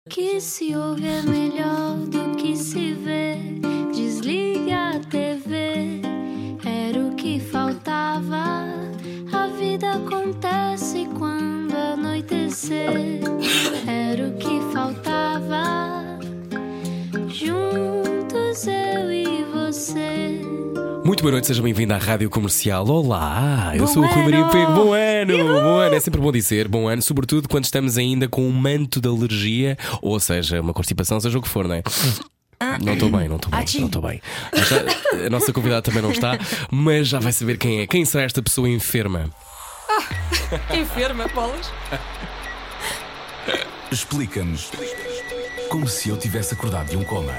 Que se ouve é melhor do que se vê. Desliga a TV, era o que faltava. A vida acontece quando anoitecer. Era o que faltava. Juntos eu e você. Muito boa noite, seja bem-vindo à Rádio Comercial. Olá, eu sou o Rui Maria Pego. Bom ano! Bom ano, é sempre bom dizer bom ano, sobretudo quando estamos ainda com um manto de alergia, ou seja, uma constipação, seja o que for, não é? Não estou bem. A nossa convidada também não está, mas já vai saber quem é. Quem será esta pessoa enferma? Enferma, bolas? Explica-nos como se eu tivesse acordado de um coma.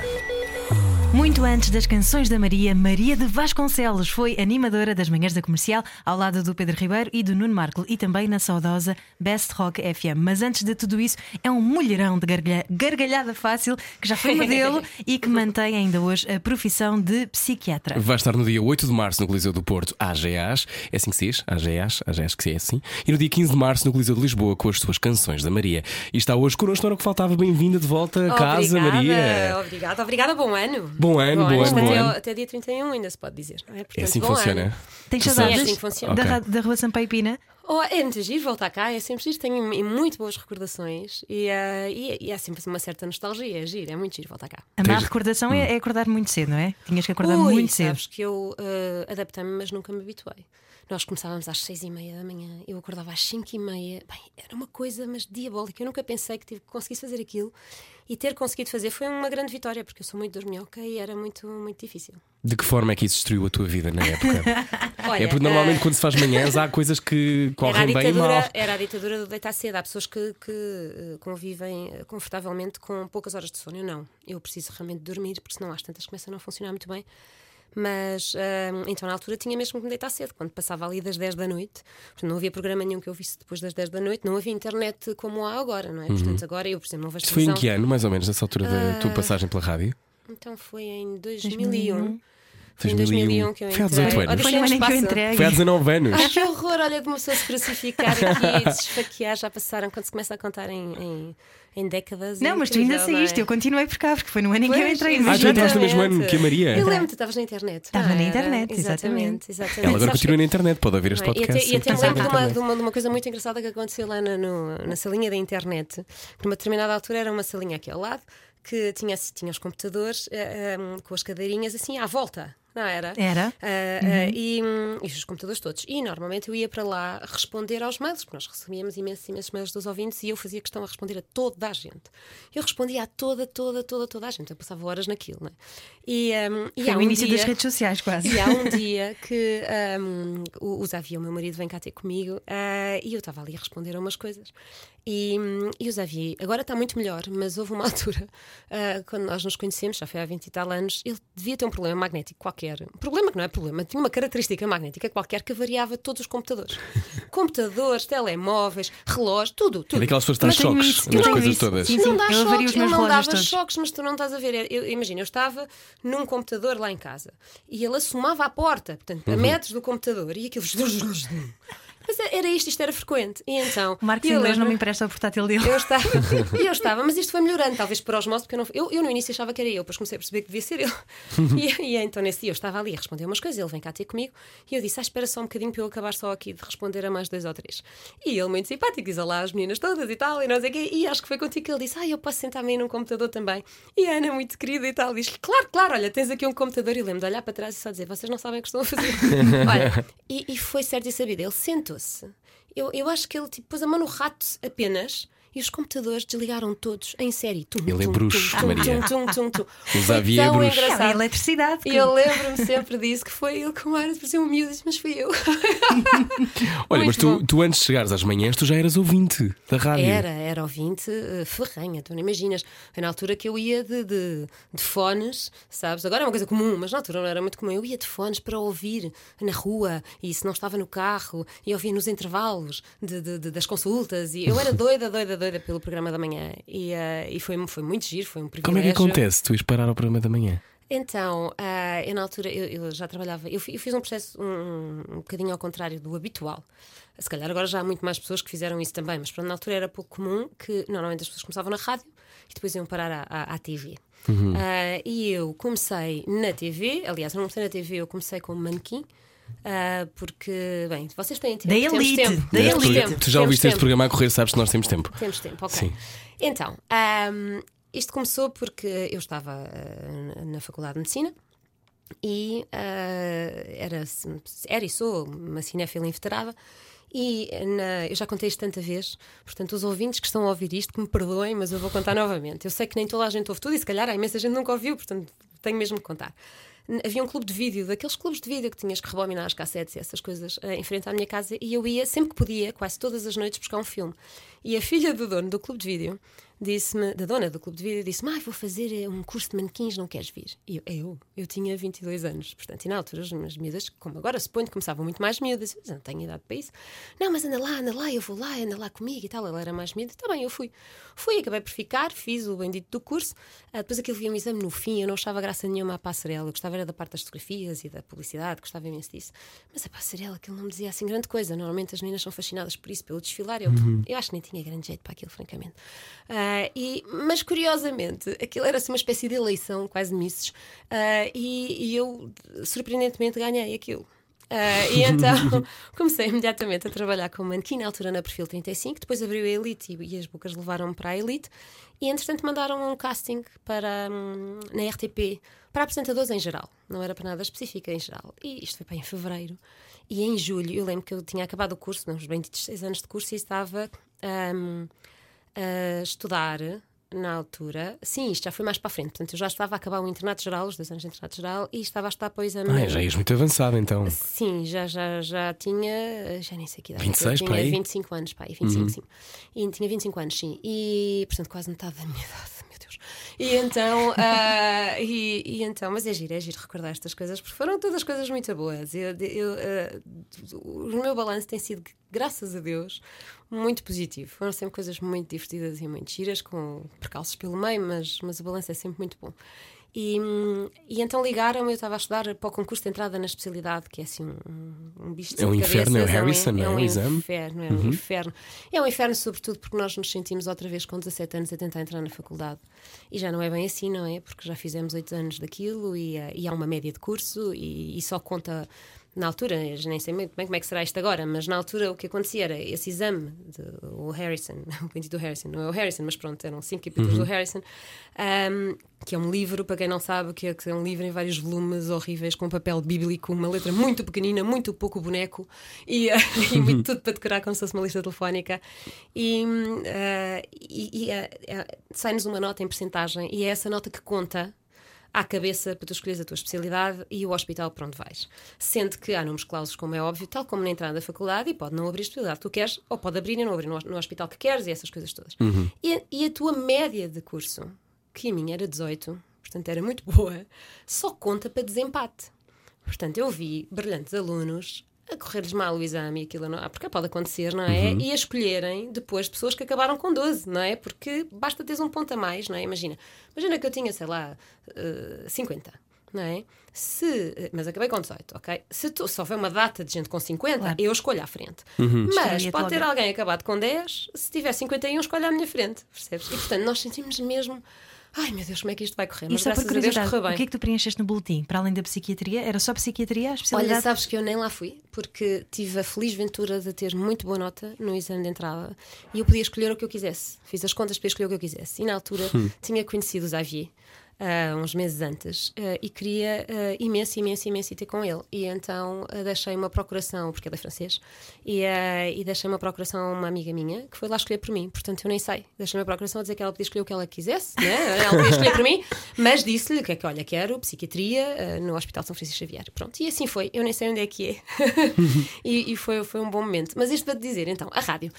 Muito antes das canções da Maria, Maria de Vasconcelos foi animadora das manhãs da Comercial, ao lado do Pedro Ribeiro e do Nuno Marco, e também na saudosa Best Rock FM. Mas antes de tudo isso, é um mulherão de gargalhada fácil, que já foi modelo e que mantém ainda hoje a profissão de psiquiatra. Vai estar no dia 8 de março no Coliseu do Porto, AGAs, é assim que se diz? AGAs que é assim. E no dia 15 de março no Coliseu de Lisboa, com as suas canções da Maria. E está hoje connosco, não era o que faltava. Bem-vinda de volta a casa, Maria. Obrigada, bom ano. Bom ano. Até dia 31 ainda se pode dizer, não é? Portanto, É assim que bom funciona. Ano. Tens saudades sabes? assim que funciona. Ok. Da Rua Sampaio Pina? É muito giro voltar cá, é sempre giro, tenho muito boas recordações e há sempre uma certa nostalgia, é giro, é muito giro voltar cá. A má recordação é acordar muito cedo, não é? Tinhas que acordar muito cedo. Sabes que eu adaptei-me, mas nunca me habituei. Nós começávamos às 6h30 da manhã, eu acordava às 5h30. Bem, era uma coisa, mas diabólica. Eu nunca pensei que conseguisse fazer aquilo. E ter conseguido fazer foi uma grande vitória, porque eu sou muito dorminhoca e era muito, muito difícil. De que forma é que isso destruiu a tua vida na época? Olha, é porque normalmente quando se faz manhãs há coisas que correm bem e mal. Era a ditadura do deitar cedo. Há pessoas que convivem confortavelmente com poucas horas de sono. Eu não. Eu preciso realmente dormir, porque senão às tantas começa a não funcionar muito bem. Mas então na altura tinha mesmo que me deitar cedo, quando passava ali das 10 da noite. Portanto, não havia programa nenhum que eu visse depois das 10 da noite. Não havia internet como há agora, não é? Portanto, agora eu, por exemplo, não vejo Isto foi em televisão. que ano, mais ou menos, nessa altura da tua passagem pela rádio? Então foi em 2001. 2001. Foi em 2001 que eu Foi há entrei. 18 anos. Foi no ano em que eu entrei. Foi há 19 anos. Ai, que horror, olha, de uma pessoa se crucificar aqui e se esfaquear. Já passaram, quando se começa a contar em décadas. Não, mas tu ainda saíste, eu continuei por cá, porque foi no ano em que eu entrei. Tu entraste no mesmo ano que a Maria? Eu lembro-te, estavas na internet. Estava na internet, exatamente. Ela agora continua na internet, pode ouvir este podcast. E até me lembro de uma coisa muito engraçada que aconteceu lá na salinha da internet. Numa determinada altura era uma salinha aqui ao lado, que tinha os computadores com as cadeirinhas assim à volta. Não era? Era. E os computadores todos. E normalmente eu ia para lá responder aos mails, porque nós recebíamos imensos mails dos ouvintes e eu fazia questão a responder a toda a gente. Eu respondia a toda a gente. Eu passava horas naquilo, não é? Foi o início das redes sociais, quase. E há um dia que o Xavier, o meu marido, vem cá ter comigo e eu estava ali a responder a umas coisas. E o Xavier agora está muito melhor, mas houve uma altura quando nós nos conhecemos, já foi há 20 e tal anos, ele devia ter um problema magnético qualquer. Problema que não é problema, tinha uma característica magnética qualquer que variava todos os computadores. Computadores, telemóveis, relógios, tudo. É daquelas pessoas que dão choques nas coisas todas. Sim, não dá eu choques, ele não dava todos. choques, mas tu não estás a ver. Imagina, eu estava num computador lá em casa e ele assomava à porta, portanto, a metros do computador, e aquilo. Mas era isto era frequente. E então. O Marcos Inglês não me empresta o portátil dele. Eu estava, mas isto foi melhorando, talvez por osmose, porque eu no início achava que era eu, depois comecei a perceber que devia ser ele. E então nesse dia eu estava ali a responder umas coisas, ele vem cá ter comigo e eu disse: espera só um bocadinho para eu acabar só aqui de responder a mais 2 ou 3. E ele, muito simpático, diz: olá, as meninas todas e tal, e não sei o quê. E acho que foi contigo que ele disse: eu posso sentar-me aí num computador também. E a Ana, muito querida e tal, diz: claro, olha, tens aqui um computador. E lembro de olhar para trás e só dizer: vocês não sabem o que estão a fazer. Olha, e foi certo e sabido, ele sentou-se. Eu acho que ele pôs a mão no rato apenas e os computadores desligaram todos em série. Ele é bruxo, Maria. O Xavier é tão bruxo. engraçado. É a eletricidade. E eu lembro-me sempre disso, que foi ele com ar de parecer um miúdo, mas fui eu. Olha, mas tu antes de chegares às manhãs, tu já eras ouvinte da rádio. Era ouvinte ferrenha, tu não imaginas. Foi na altura que eu ia de fones, sabes? Agora é uma coisa comum, mas na altura não era muito comum. Eu ia de fones para ouvir na rua, e se não estava no carro, e ouvia nos intervalos das consultas. E eu era doida pelo programa da manhã. E foi muito giro, foi um privilégio. Como é que acontece tu ires parar ao programa da manhã? Então, eu na altura eu já trabalhava, eu fiz um processo um bocadinho ao contrário do habitual. Se calhar agora já há muito mais pessoas que fizeram isso também, mas na altura era pouco comum que normalmente as pessoas começavam na rádio e depois iam parar à TV. E eu comecei na TV, aliás, eu não comecei na TV, eu comecei como manequim. Porque, bem, vocês têm tempo. Da temos elite, tempo. da Temos elite. tempo. Tu já Temos ouviste este tempo. programa a correr, sabes que nós temos tempo. Temos tempo, ok. Sim. Então, isto começou porque eu estava na Faculdade de Medicina e era e sou uma cinéfila inveterada. E eu já contei isto tanta vez, portanto, os ouvintes que estão a ouvir isto, que me perdoem, mas eu vou contar novamente. Eu sei que nem toda a gente ouve tudo e se calhar há imensa gente nunca ouviu, portanto, tenho mesmo que contar. Havia um clube de vídeo, daqueles clubes de vídeo que tinhas que rebobinar as cassetes e essas coisas em frente à minha casa, e eu ia sempre que podia, quase todas as noites, buscar um filme. E a filha do dono do clube de vídeo disse-me, da dona do clube de vídeo, disse-me: vou fazer um curso de manequins, não queres vir? E eu tinha 22 anos, portanto, e na altura as minhas miúdas, como agora suponho, começavam muito mais miúdas, mas eu não tenho idade para isso. Não, mas anda lá, eu vou lá, anda lá comigo e tal. Ela era mais miúda, está bem, eu fui, acabei por ficar, fiz o bendito do curso. Depois aquilo via um exame no fim, eu não achava graça nenhuma à passarela, eu gostava era da parte das fotografias e da publicidade, gostava imenso disso. Mas a passarela, aquilo não me dizia assim grande coisa. Normalmente as meninas são fascinadas por isso, pelo desfilar. Eu acho que nem tinha grande jeito para aquilo, francamente. Mas curiosamente, aquilo era assim uma espécie de eleição, quase misses, e eu surpreendentemente ganhei aquilo. E então comecei imediatamente a trabalhar como manequim, na altura na Perfil 35, depois abriu a Elite e as bocas levaram-me para a Elite, e entretanto mandaram um casting na RTP para apresentadores em geral, não era para nada específico, em geral. E isto foi para em fevereiro, e em julho eu lembro que eu tinha acabado o curso, uns 26 anos de curso, e estava a estudar na altura. Sim, isto já foi mais para a frente. Portanto, eu já estava a acabar o internato geral, os 2 anos de internato geral, e estava a estudar para o exame. Já ias muito avançado então. Sim, já tinha. Já nem sei que idade. 26 eu para aí? tinha 25 anos, pá, 25, sim. E tinha 25 anos, sim. E, portanto, quase metade da minha idade, meu Deus. E então, então, mas é giro recordar estas coisas, porque foram todas coisas muito boas. O meu balanço tem sido, graças a Deus, muito positivo. Foram sempre coisas muito divertidas e muito giras, com percalços pelo meio, mas o balanço é sempre muito bom. E então ligaram-me, eu estava a estudar para o concurso de entrada na especialidade, que é assim um bicho de É um inferno, é o Harrison, é um exame. inferno, é um inferno. É um inferno, sobretudo porque nós nos sentimos outra vez com 17 anos a tentar entrar na faculdade. E já não é bem assim, não é? Porque já fizemos 8 anos daquilo e há uma média de curso e só conta. Na altura, eu nem sei muito bem como é que será isto agora, mas na altura o que acontecia era esse exame o Harrison, o bendito Harrison, não é o Harrison, mas pronto, eram 5 capítulos do Harrison, que é um livro, para quem não sabe, que é um livro em vários volumes horríveis, com papel bíblico, uma letra muito pequenina, muito pouco boneco e muito tudo para decorar como se fosse uma lista telefónica. Sai-nos uma nota em percentagem e é essa nota que conta à cabeça para tu escolheres a tua especialidade e o hospital para onde vais. Sendo que há números clausos, como é óbvio, tal como na entrada da faculdade, e pode não abrir a especialidade que tu queres, ou pode abrir e não abrir no hospital que queres, e essas coisas todas. E a tua média de curso, que a minha era 18, portanto era muito boa, só conta para desempate. Portanto, eu vi brilhantes alunos a correr-lhes mal o exame e aquilo, não, porque pode acontecer, não é? E a escolherem depois pessoas que acabaram com 12, não é? Porque basta teres um ponto a mais, não é? Imagina que eu tinha, sei lá, 50, não é? Mas acabei com 18, ok? Se houver uma data de gente com 50, claro, eu escolho à frente. Mas pode ter alguém acabado com 10, se tiver 51, escolho à minha frente, percebes? E portanto nós sentimos mesmo: ai meu Deus, como é que isto vai correr? Mas graças a Deus correu bem. O que é que tu preencheste no boletim? Para além da psiquiatria? Era só psiquiatria a especialidade? Olha, sabes que eu nem lá fui, porque tive a feliz ventura de ter muito boa nota no exame de entrada e eu podia escolher o que eu quisesse. Fiz as contas para escolher o que eu quisesse. E na altura tinha conhecido o Xavier uns meses antes e queria imenso ir ter com ele. E então deixei uma procuração, porque ele é francês, e deixei uma procuração a uma amiga minha que foi lá escolher por mim. Portanto, eu nem sei. Deixei uma procuração a dizer que ela podia escolher o que ela quisesse, né? Ela podia escolher por mim, mas disse-lhe que olha, quero psiquiatria no Hospital São Francisco Xavier. Pronto, e assim foi. Eu nem sei onde é que é. E foi um bom momento. Mas isto para te dizer, então, a rádio.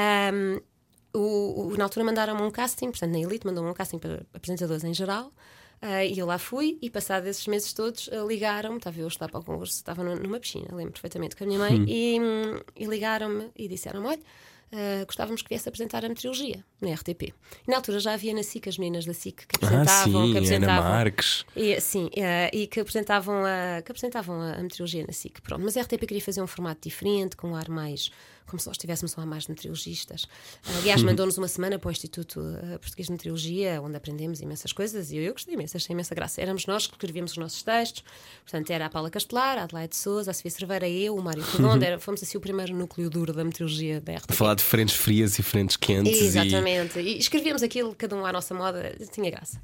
Na altura mandaram-me um casting, portanto na Elite mandou-me um casting para apresentadores em geral, e eu lá fui, e passados esses meses todos ligaram-me, estava eu a estudar para o concurso, estava numa piscina, lembro perfeitamente, com a minha mãe, e ligaram-me e disseram-me: olha, gostávamos que viesse apresentar a meteorologia na RTP. E na altura já havia na SIC as meninas da SIC que apresentavam, Ana Marques. E que apresentavam a meteorologia na SIC. Pronto, mas a RTP queria fazer um formato diferente, com um ar mais como se nós estivéssemos lá mais meteorologistas. Aliás, mandou-nos uma semana para o Instituto Português de Meteorologia, onde aprendemos imensas coisas, e eu gostei imenso, achei imensa graça. Éramos nós que escrevíamos os nossos textos, portanto, era a Paula Castelar, a Adelaide Souza, a Sofia Cerveira, eu, o Mário Redondo, fomos assim o primeiro núcleo duro da meteorologia da RTP. Falar de frentes frias e frentes quentes. Exatamente, e escrevíamos aquilo, cada um à nossa moda, tinha graça.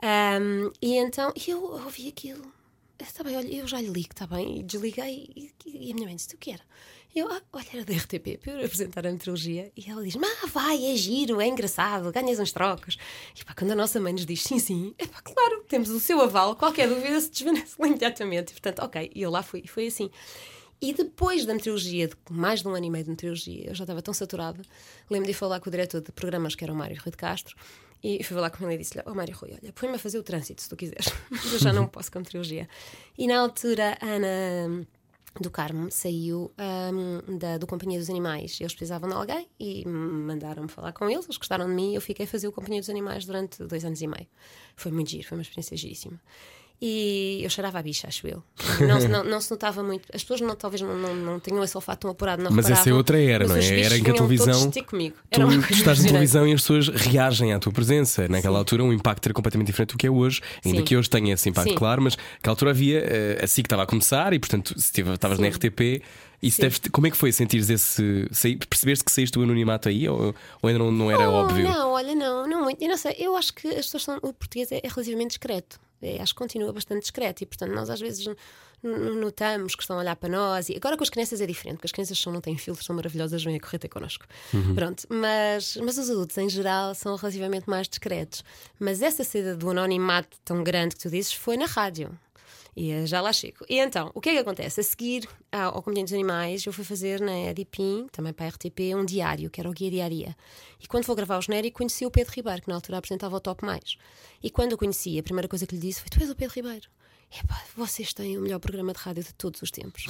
E então eu ouvi aquilo, está bem, olha, eu já lhe ligo, está bem, e desliguei, e a minha mãe disse: o que era? Eu, olha, era da RTP para eu apresentar a meteorologia. E ela diz: vai, é giro, é engraçado, ganhas uns trocos. E pá, quando a nossa mãe nos diz sim, é pá, claro, temos o seu aval, qualquer dúvida se desvanece imediatamente. E portanto, ok, e eu lá fui, e foi assim. E depois da meteorologia, de mais de um ano e meio de meteorologia, eu já estava tão saturada. Lembro de ir falar com o diretor de programas, que era o Mário Rui de Castro, e fui falar com ele e disse-lhe: Mário Rui, olha, põe-me a fazer o trânsito se tu quiseres, mas eu já não posso com meteorologia. E na altura, a Ana do Carmo saiu do Companhia dos Animais. Eles precisavam de alguém e mandaram-me falar com eles. Eles gostaram de mim e eu fiquei a fazer o Companhia dos Animais durante 2 anos e meio. Foi muito giro, foi uma experiência giríssima. E eu cheirava a bicha, acho eu. Não se notava muito. As pessoas talvez não tenham esse olfato tão apurado, não mas reparavam. essa é outra era, não é? Era em que a televisão. Tu estás na televisão e as pessoas reagem à tua presença. Naquela altura, um impacto era completamente diferente do que é hoje. Ainda que hoje tenha esse impacto, claro, mas naquela altura havia assim que estava a começar e, portanto, se estavas na RTP. Como é que foi sentires esse. Percebeste que saíste do anonimato aí ou ainda não era óbvio? Não, olha, não muito. Eu não sei, eu acho que as pessoas o português é relativamente discreto. Acho que continua bastante discreto e, portanto, nós às vezes notamos que estão a olhar para nós. E agora com as crianças é diferente, porque as crianças não têm filtros, são maravilhosas, vêm a correr ter connosco. Pronto, mas os adultos em geral são relativamente mais discretos. Mas essa saída do anonimato tão grande que tu dizes foi na rádio. E já lá chego. E então, o que é que acontece? A seguir ao Companhia dos Animais, eu fui fazer na EDIPIN, também para a RTP, um diário, que era o Guia Diaria. E quando vou gravar o genérico, conheci o Pedro Ribeiro, que na altura apresentava o Top Mais. E quando o conheci, a primeira coisa que lhe disse foi: tu és o Pedro Ribeiro. Epá, vocês têm o melhor programa de rádio de todos os tempos.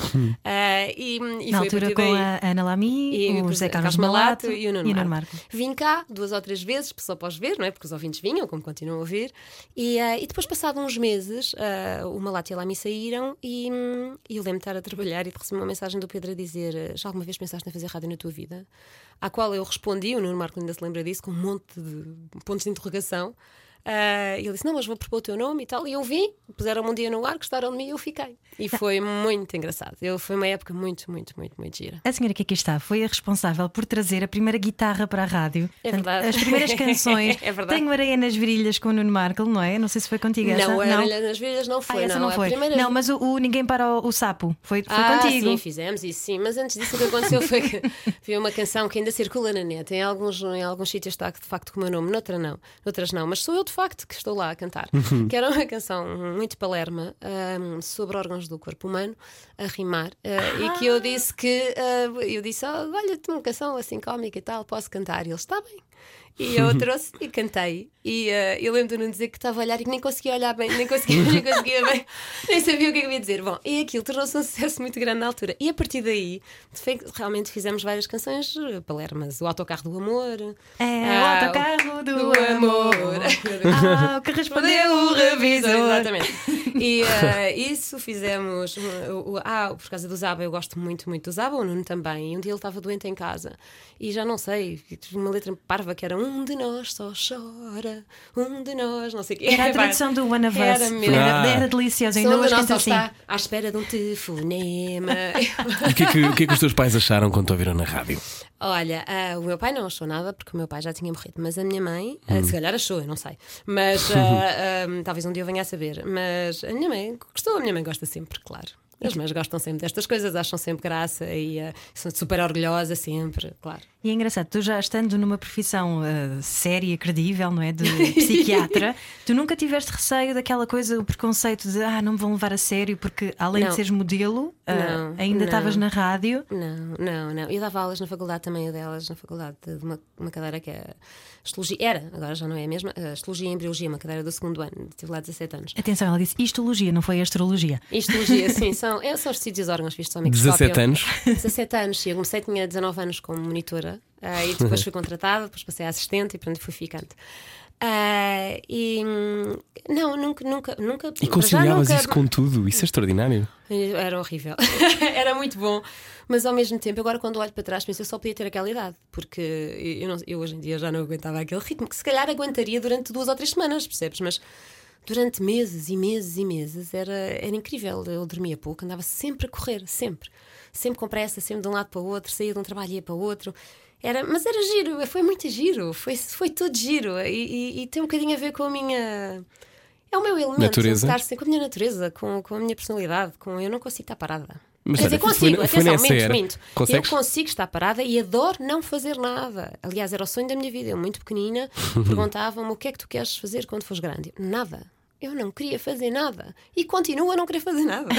Na altura com a Ana Lamy, o José Carlos Malato e o Nuno Marco. Vim cá 2 ou 3 vezes, só para os ver, não é? Porque os ouvintes vinham, como continuam a ouvir. E depois, passado uns meses, o Malato e a Lamy saíram e eu lembro de estar a trabalhar e de receber uma mensagem do Pedro a dizer: já alguma vez pensaste em fazer rádio na tua vida? À qual eu respondi, o Nuno Marco ainda se lembra disso, com um monte de pontos de interrogação. E ele disse: não, mas vou propor o teu nome e tal. E eu vim, puseram-me um dia no ar, gostaram de mim e eu fiquei. E foi muito engraçado. Foi uma época muito gira. A senhora que aqui está foi a responsável por trazer a primeira guitarra para a rádio. É verdade. As primeiras canções. É verdade. Tenho Areia nas Virilhas com o Nuno Marco, não é? Não sei se foi contigo essa. Não, Areia nas Virilhas não foi. Essa não foi. Primeira... Não, mas o Ninguém para o Sapo foi contigo. Sim, fizemos isso, sim. Mas antes disso, o que aconteceu foi que havia uma canção que ainda circula na net. Em alguns sítios está de facto com o meu nome, noutras não. Mas sou eu de facto que estou lá a cantar. Que era uma canção muito palerma sobre órgãos do corpo humano, a rimar. E que eu disse que olha, tem uma canção assim cómica e tal, posso cantar? E ele: está bem. E eu trouxe e cantei. E eu lembro-me de dizer que estava a olhar e que nem conseguia olhar bem, nem conseguia bem, nem sabia o que é que eu ia dizer. Bom, e aquilo tornou-se um sucesso muito grande na altura. E a partir daí, realmente fizemos várias canções palermas. O Autocarro do Amor. O Autocarro do Amor. O que respondeu o revisor. Exatamente. E isso fizemos. Por causa do Zaba, eu gosto muito do Zaba, o Nuno também. E um dia ele estava doente em casa. E já não sei, uma letra parva que era: um de nós só chora, um de nós, não sei o quê. Era a tradução do One of Us. Era deliciosa. Ainda hoje canta assim: está à espera de um telefonema. O que é que os teus pais acharam quando te ouviram na rádio? Olha, o meu pai não achou nada, porque o meu pai já tinha morrido. Mas a minha mãe, se calhar achou, eu não sei. Mas talvez um dia eu venha a saber. Mas a minha mãe gostou, a minha mãe gosta sempre, claro. As mães gostam sempre destas coisas, acham sempre graça e são super orgulhosas sempre, claro. E é engraçado, tu já estando numa profissão séria, credível, não é? De psiquiatra, tu nunca tiveste receio daquela coisa, o preconceito de não me vão levar a sério, porque além de seres modelo, ainda estavas na rádio? Não. Eu dava aulas na faculdade também, eu delas na faculdade de uma cadeira que é histologia, agora já não é a mesma, histologia e embriologia, uma cadeira do 2º ano, tive lá 17 anos. Atenção, ela disse histologia, não foi astrologia. Histologia, sim, são os sítios órgãos vistos ao microscópio. 17 anos? 17 anos, sim, eu comecei, tinha 19 anos como monitora. E depois fui contratada, depois passei a assistente e pronto, fui ficante. Não, nunca. E conciliavas nunca... isso com tudo? Isso é extraordinário. Era horrível. Era muito bom. Mas ao mesmo tempo, agora quando olho para trás, penso eu só podia ter aquela idade. Porque eu hoje em dia já não aguentava aquele ritmo, que se calhar aguentaria durante 2 ou 3 semanas, percebes? Mas durante meses e meses e meses era incrível. Eu dormia pouco, andava sempre a correr, sempre com pressa, sempre de um lado para o outro, saía de um trabalho e ia para o outro. Mas era giro, foi muito giro, foi tudo giro. E tem um bocadinho a ver com a minha... É o meu elemento, natureza? Estar com a minha natureza, com a minha personalidade. Eu não consigo estar parada. Mas, Quer dizer, consigo, atenção, minto. Consegues? Eu consigo estar parada e adoro não fazer nada. Aliás, era o sonho da minha vida. Eu, muito pequenina, perguntavam-me: o que é que tu queres fazer quando fores grande? Nada. Eu não queria fazer nada. E continuo a não querer fazer nada.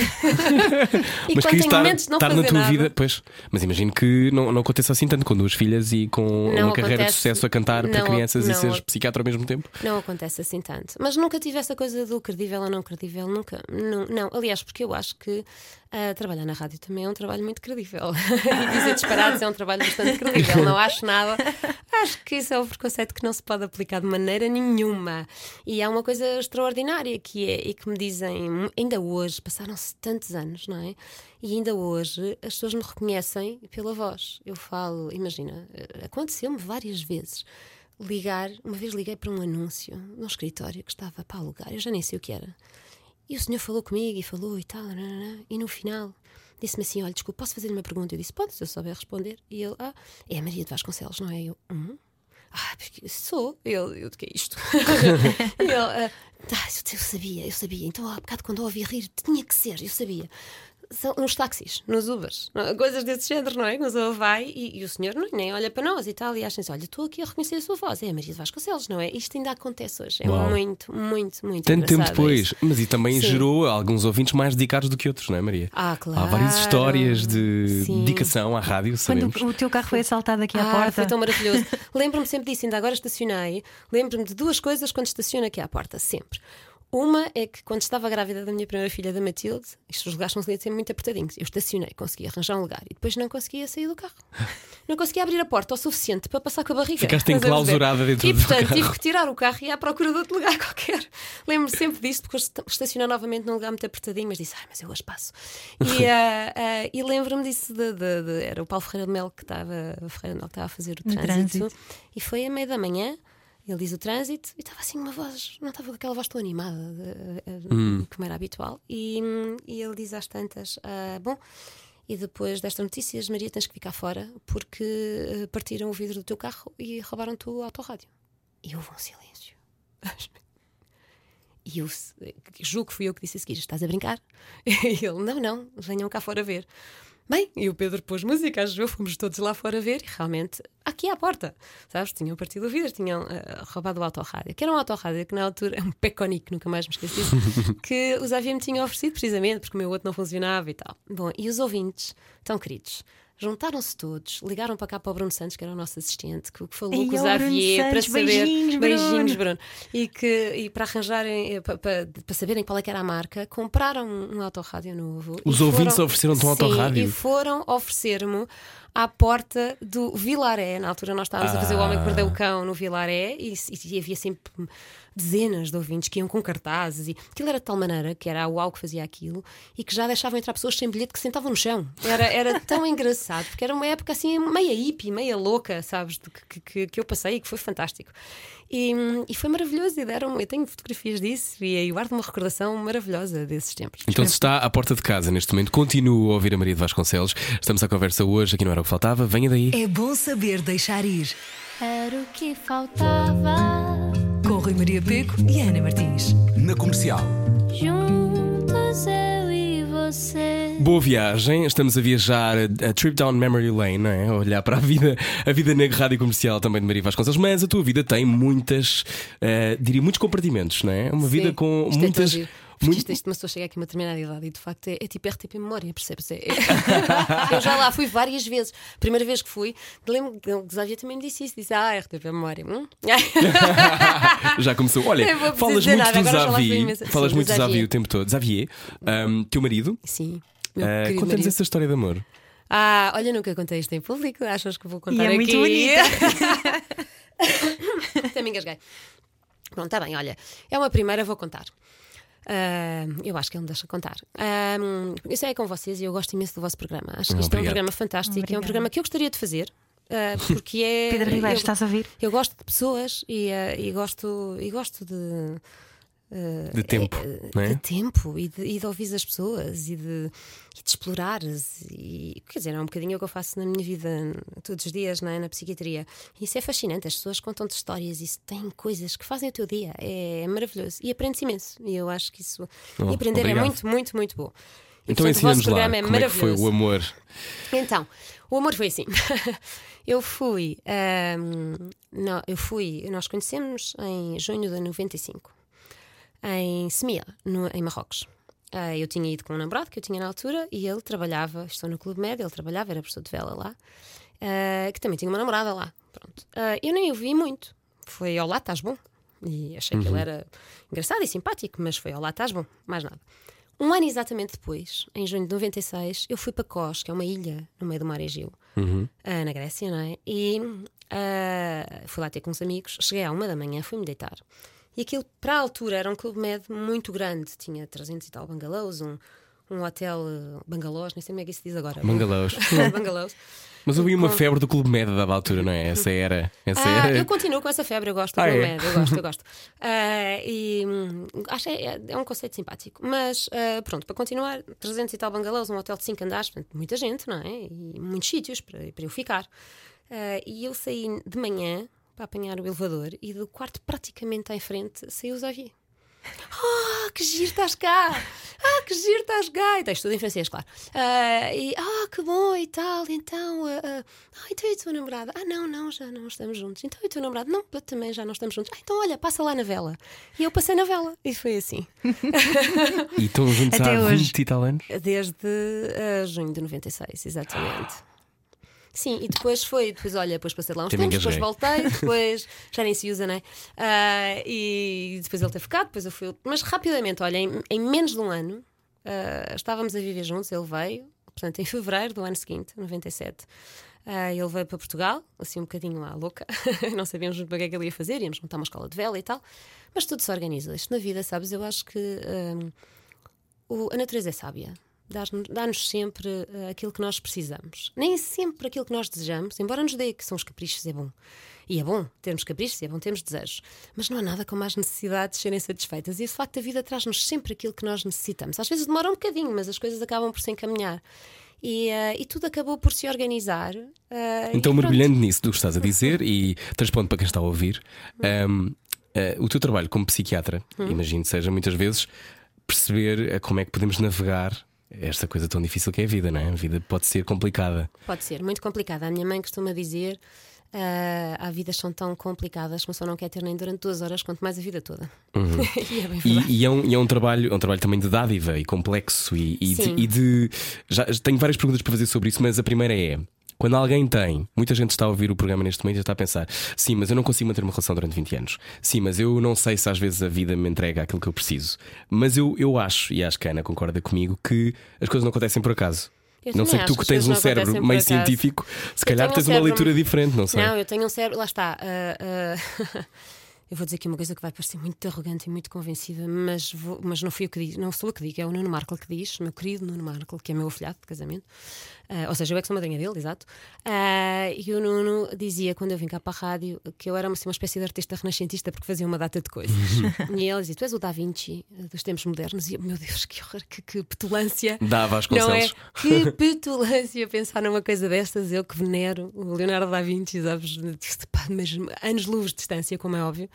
E mas quando tenho momentos de não estar fazer na tua nada... vida, pois. Mas imagino que não aconteça assim tanto com 2 filhas e com uma carreira de sucesso a cantar para crianças e seres psiquiatra ao mesmo tempo. Não acontece assim tanto. Mas nunca tive essa coisa do credível ou não credível. Nunca. Não. Aliás, porque eu acho que trabalhar na rádio também é um trabalho muito credível. E dizer disparados é um trabalho bastante credível. Não acho nada. Acho que isso é um preconceito que não se pode aplicar de maneira nenhuma. E há uma coisa extraordinária que é, e que me dizem, ainda hoje, passaram-se tantos anos, não é? E ainda hoje as pessoas me reconhecem pela voz. Eu falo, imagina, aconteceu-me várias vezes. Uma vez liguei para um anúncio num escritório que estava para alugar, eu já nem sei o que era. E o senhor falou comigo e falou e tal, e no final disse-me assim: olha, desculpa, posso fazer-lhe uma pergunta? Eu disse: pode, se eu souber responder. E ele: é a Maria de Vasconcelos, não é? Eu: porque sou. Ele: o que é isto? E ele: eu sabia. Então há bocado quando eu ouvi rir, tinha que ser, eu sabia. São uns táxis, nos Ubers, coisas desse género, não é? Mas ele vai e o senhor nem olha para nós e tal, e acha assim: olha, estou aqui a reconhecer a sua voz, é a Maria de Vasconcelos, não é? Isto ainda acontece hoje, é muito, muito, muito tanto tempo depois, isso. mas e também gerou alguns ouvintes mais dedicados do que outros, não é, Maria? Claro. Há várias histórias de dedicação à rádio, sabemos. Quando o teu carro foi assaltado aqui à porta. Foi tão maravilhoso. Lembro-me sempre disso, ainda agora estacionei. Lembro-me de 2 coisas quando estaciono aqui à porta, sempre. Uma é que quando estava grávida da minha primeira filha, da Matilde, os lugares são sempre muito apertadinhos. Eu estacionei, consegui arranjar um lugar e depois não conseguia sair do carro. Não conseguia abrir a porta o suficiente para passar com a barriga. Ficaste enclausurada dentro do carro. E portanto tive que tirar o carro e ir à procura de outro lugar qualquer. Lembro-me sempre disto, porque estacionei novamente num lugar muito apertadinho, mas disse: mas eu hoje passo. E lembro-me disso era o Paulo Ferreira de Melo que estava a fazer o trânsito. E foi à 1h30. Ele diz o trânsito e estava assim uma voz, não estava com aquela voz tão animada como era habitual. E ele diz às tantas: bom, e depois destas notícias, Maria, tens que ficar fora porque partiram o vidro do teu carro e roubaram-te o autorrádio. E houve um silêncio. E eu julgo que fui eu que disse a seguir: estás a brincar? E ele: não, venham cá fora ver. Bem, e o Pedro pôs música, fomos todos lá fora ver e realmente, aqui à porta, sabes, tinham partido o vidro, tinham roubado o autorrádio, que era um autorrádio que na altura, é um Peconic, nunca mais me esqueci disso, que os AVM me tinham oferecido precisamente porque o meu outro não funcionava e tal. Bom, e os ouvintes, tão queridos, juntaram-se todos, ligaram para cá para o Bruno Santos, que era o nosso assistente, que falou com os AVM para saber. Beijinhos, Bruno. E para arranjarem, para saberem qual é que era a marca, compraram um autorrádio novo. Os ouvintes ofereceram-te um autorrádio? E foram oferecer-me à porta do Vilaré. Na altura nós estávamos a fazer O Homem que Perdeu o Cão no Vilaré e havia sempre dezenas de ouvintes que iam com cartazes e aquilo era de tal maneira que era a UAU que fazia aquilo e que já deixavam entrar pessoas sem bilhete que sentavam no chão. Era tão engraçado porque era uma época assim meia hippie, meia louca, sabes, que eu passei e que foi fantástico. E foi maravilhoso. Eu tenho fotografias disso e guardo uma recordação maravilhosa desses tempos. Então, se está à porta de casa neste momento, continua a ouvir a Maria de Vasconcelos. Estamos à conversa hoje, aqui não era o que faltava. Venha daí. É bom saber deixar ir. Era o que faltava. Com Rui Maria Pego e Ana Martins. Na Comercial. Juntos eu e você. Boa viagem, estamos a viajar a trip down memory lane, não é? A olhar para a vida na rádio comercial também de Maria Vasconcelos. Mas a tua vida tem muitos compartimentos, não é? Uma vida com isto muitas. Isto uma pessoa chega aqui a uma determinada idade e de facto é tipo RTP Memória, percebes? Eu já lá fui várias vezes. Primeira vez que fui, lembro que o Xavier também me disse isso: disse RTP Memória. Já começou. Olha, falas muito do Xavier. Falas muito do Xavier o tempo todo. Xavier, teu marido? Sim. Conta-nos essa história de amor. Olha, nunca contei isto em público. Achas que vou contar e é aqui? Muito bonita. Até me engasguei. Pronto, está bem, olha, é uma primeira, vou contar. Eu acho que ele me deixa contar. Eu sei com vocês e eu gosto imenso do vosso programa. Acho que isto é um programa fantástico. É um programa que eu gostaria de fazer. Porque é. Pedro Ribeiro, estás a ouvir? Eu gosto de pessoas e gosto de tempo, não é? De tempo e de ouvir as pessoas e de explorar. Quer dizer, é um bocadinho o que eu faço na minha vida todos os dias, não é? Na psiquiatria. E isso é fascinante. As pessoas contam-te histórias e têm coisas que fazem o teu dia. É maravilhoso. E aprendes imenso. E eu acho que isso. E aprender obrigado. É muito, muito, muito bom. E, Então portanto, o vosso ensinamos lá programa é como é que foi o amor. Então, o amor foi assim. Nós conhecemos em junho de 95, em Semia, em Marrocos. Eu tinha ido com um namorado que eu tinha na altura e ele trabalhava, estou no Clube Med, ele trabalhava, era professor de vela lá, que também tinha uma namorada lá. Pronto. Eu nem o vi muito. Foi olá, estás bom? E achei que ele era engraçado e simpático, mas foi olá, estás bom, mais nada. Um ano exatamente depois, em junho de 96, eu fui para Kos, que é uma ilha no meio do mar Egeu, na Grécia, não é? E fui lá ter com uns amigos. Cheguei à 1 da manhã, fui-me deitar. E aquilo, para a altura, era um clube med muito grande. Tinha 300 e tal bungalows, um hotel bangalôs, nem sei como é que isso diz agora. Bangalôs. Bangalôs. Mas eu vi uma febre do Clube Med da altura, não é? Essa era. Eu continuo com essa febre, eu gosto do Clube Med, eu gosto. E acho que é um conceito simpático. Mas pronto, para continuar, 300 e tal bungalows, um hotel de 5 andares, portanto, muita gente, não é? E muitos sítios para eu ficar. E eu saí de manhã para apanhar o elevador e do quarto praticamente em frente saiu o Xavier. Que giro estás cá! Que giro estás cá! E tens tudo em francês, claro. Que bom e tal. Então, então e a tua namorada? Não, já não estamos juntos. Então e a tua namorada? Não, também já não estamos juntos. Então olha, passa lá na vela. E eu passei na vela. E foi assim. E estão juntos até há hoje. 20 e tal anos? Desde junho de 96, exatamente. Sim, e depois passei lá uns tempos, depois voltei, depois já nem se usa, não é? E depois ele ter ficado, depois eu fui. Mas rapidamente, olha, em menos de um ano estávamos a viver juntos, ele veio, portanto, em fevereiro do ano seguinte, 97. Ele veio para Portugal, assim um bocadinho à louca, não sabíamos muito bem o que é que ele ia fazer, íamos montar uma escola de vela e tal, mas tudo se organiza. Isto na vida, sabes, eu acho que a natureza é sábia. Dá-nos sempre aquilo que nós precisamos. Nem sempre aquilo que nós desejamos, embora nos dê, que são os caprichos, é bom. E é bom termos caprichos, é bom termos desejos. Mas não há nada como as necessidades serem satisfeitas. E esse facto da vida traz-nos sempre aquilo que nós necessitamos. Às vezes demora um bocadinho, mas as coisas acabam por se encaminhar. E tudo acabou por se organizar. Então, mergulhando nisso do que estás a dizer e transpondo para quem está a ouvir, o teu trabalho como psiquiatra, imagino que seja muitas vezes perceber como é que podemos navegar esta coisa tão difícil que é a vida, não é? A vida pode ser complicada. Pode ser, muito complicada. A minha mãe costuma dizer: há vidas que são tão complicadas que uma pessoa não quer ter nem durante 2 horas, quanto mais a vida toda. E é bem verdade. E é um trabalho também de dádiva e complexo. Já tenho várias perguntas para fazer sobre isso, mas a primeira é: quando alguém muita gente está a ouvir o programa neste momento e já está a pensar, sim, mas eu não consigo manter uma relação durante 20 anos. Sim, mas eu não sei se às vezes a vida me entrega aquilo que eu preciso. Mas eu acho, e acho que a Ana concorda comigo, que as coisas não acontecem por acaso. Não sei que tu que tens um cérebro meio científico, se calhar tens uma leitura diferente, não sei. Não, eu tenho um cérebro, lá está. Eu vou dizer aqui uma coisa que vai parecer muito arrogante e muito convencida, mas não fui eu que digo, não sou eu que digo, é o Nuno Markle que diz, o meu querido Nuno Markle, que é meu afilhado de casamento. Ou seja, eu é que sou madrinha dele, exato. E o Nuno dizia, quando eu vim cá para a rádio, que eu era uma espécie de artista renascentista porque fazia uma data de coisas. E ele dizia: tu és o Da Vinci dos tempos modernos. E eu, meu Deus, que horror, que petulância. Dava às Concelos. Não é? Que petulância pensar numa coisa destas. Eu que venero o Leonardo da Vinci, sabes? Mas anos-luz de distância, como é óbvio.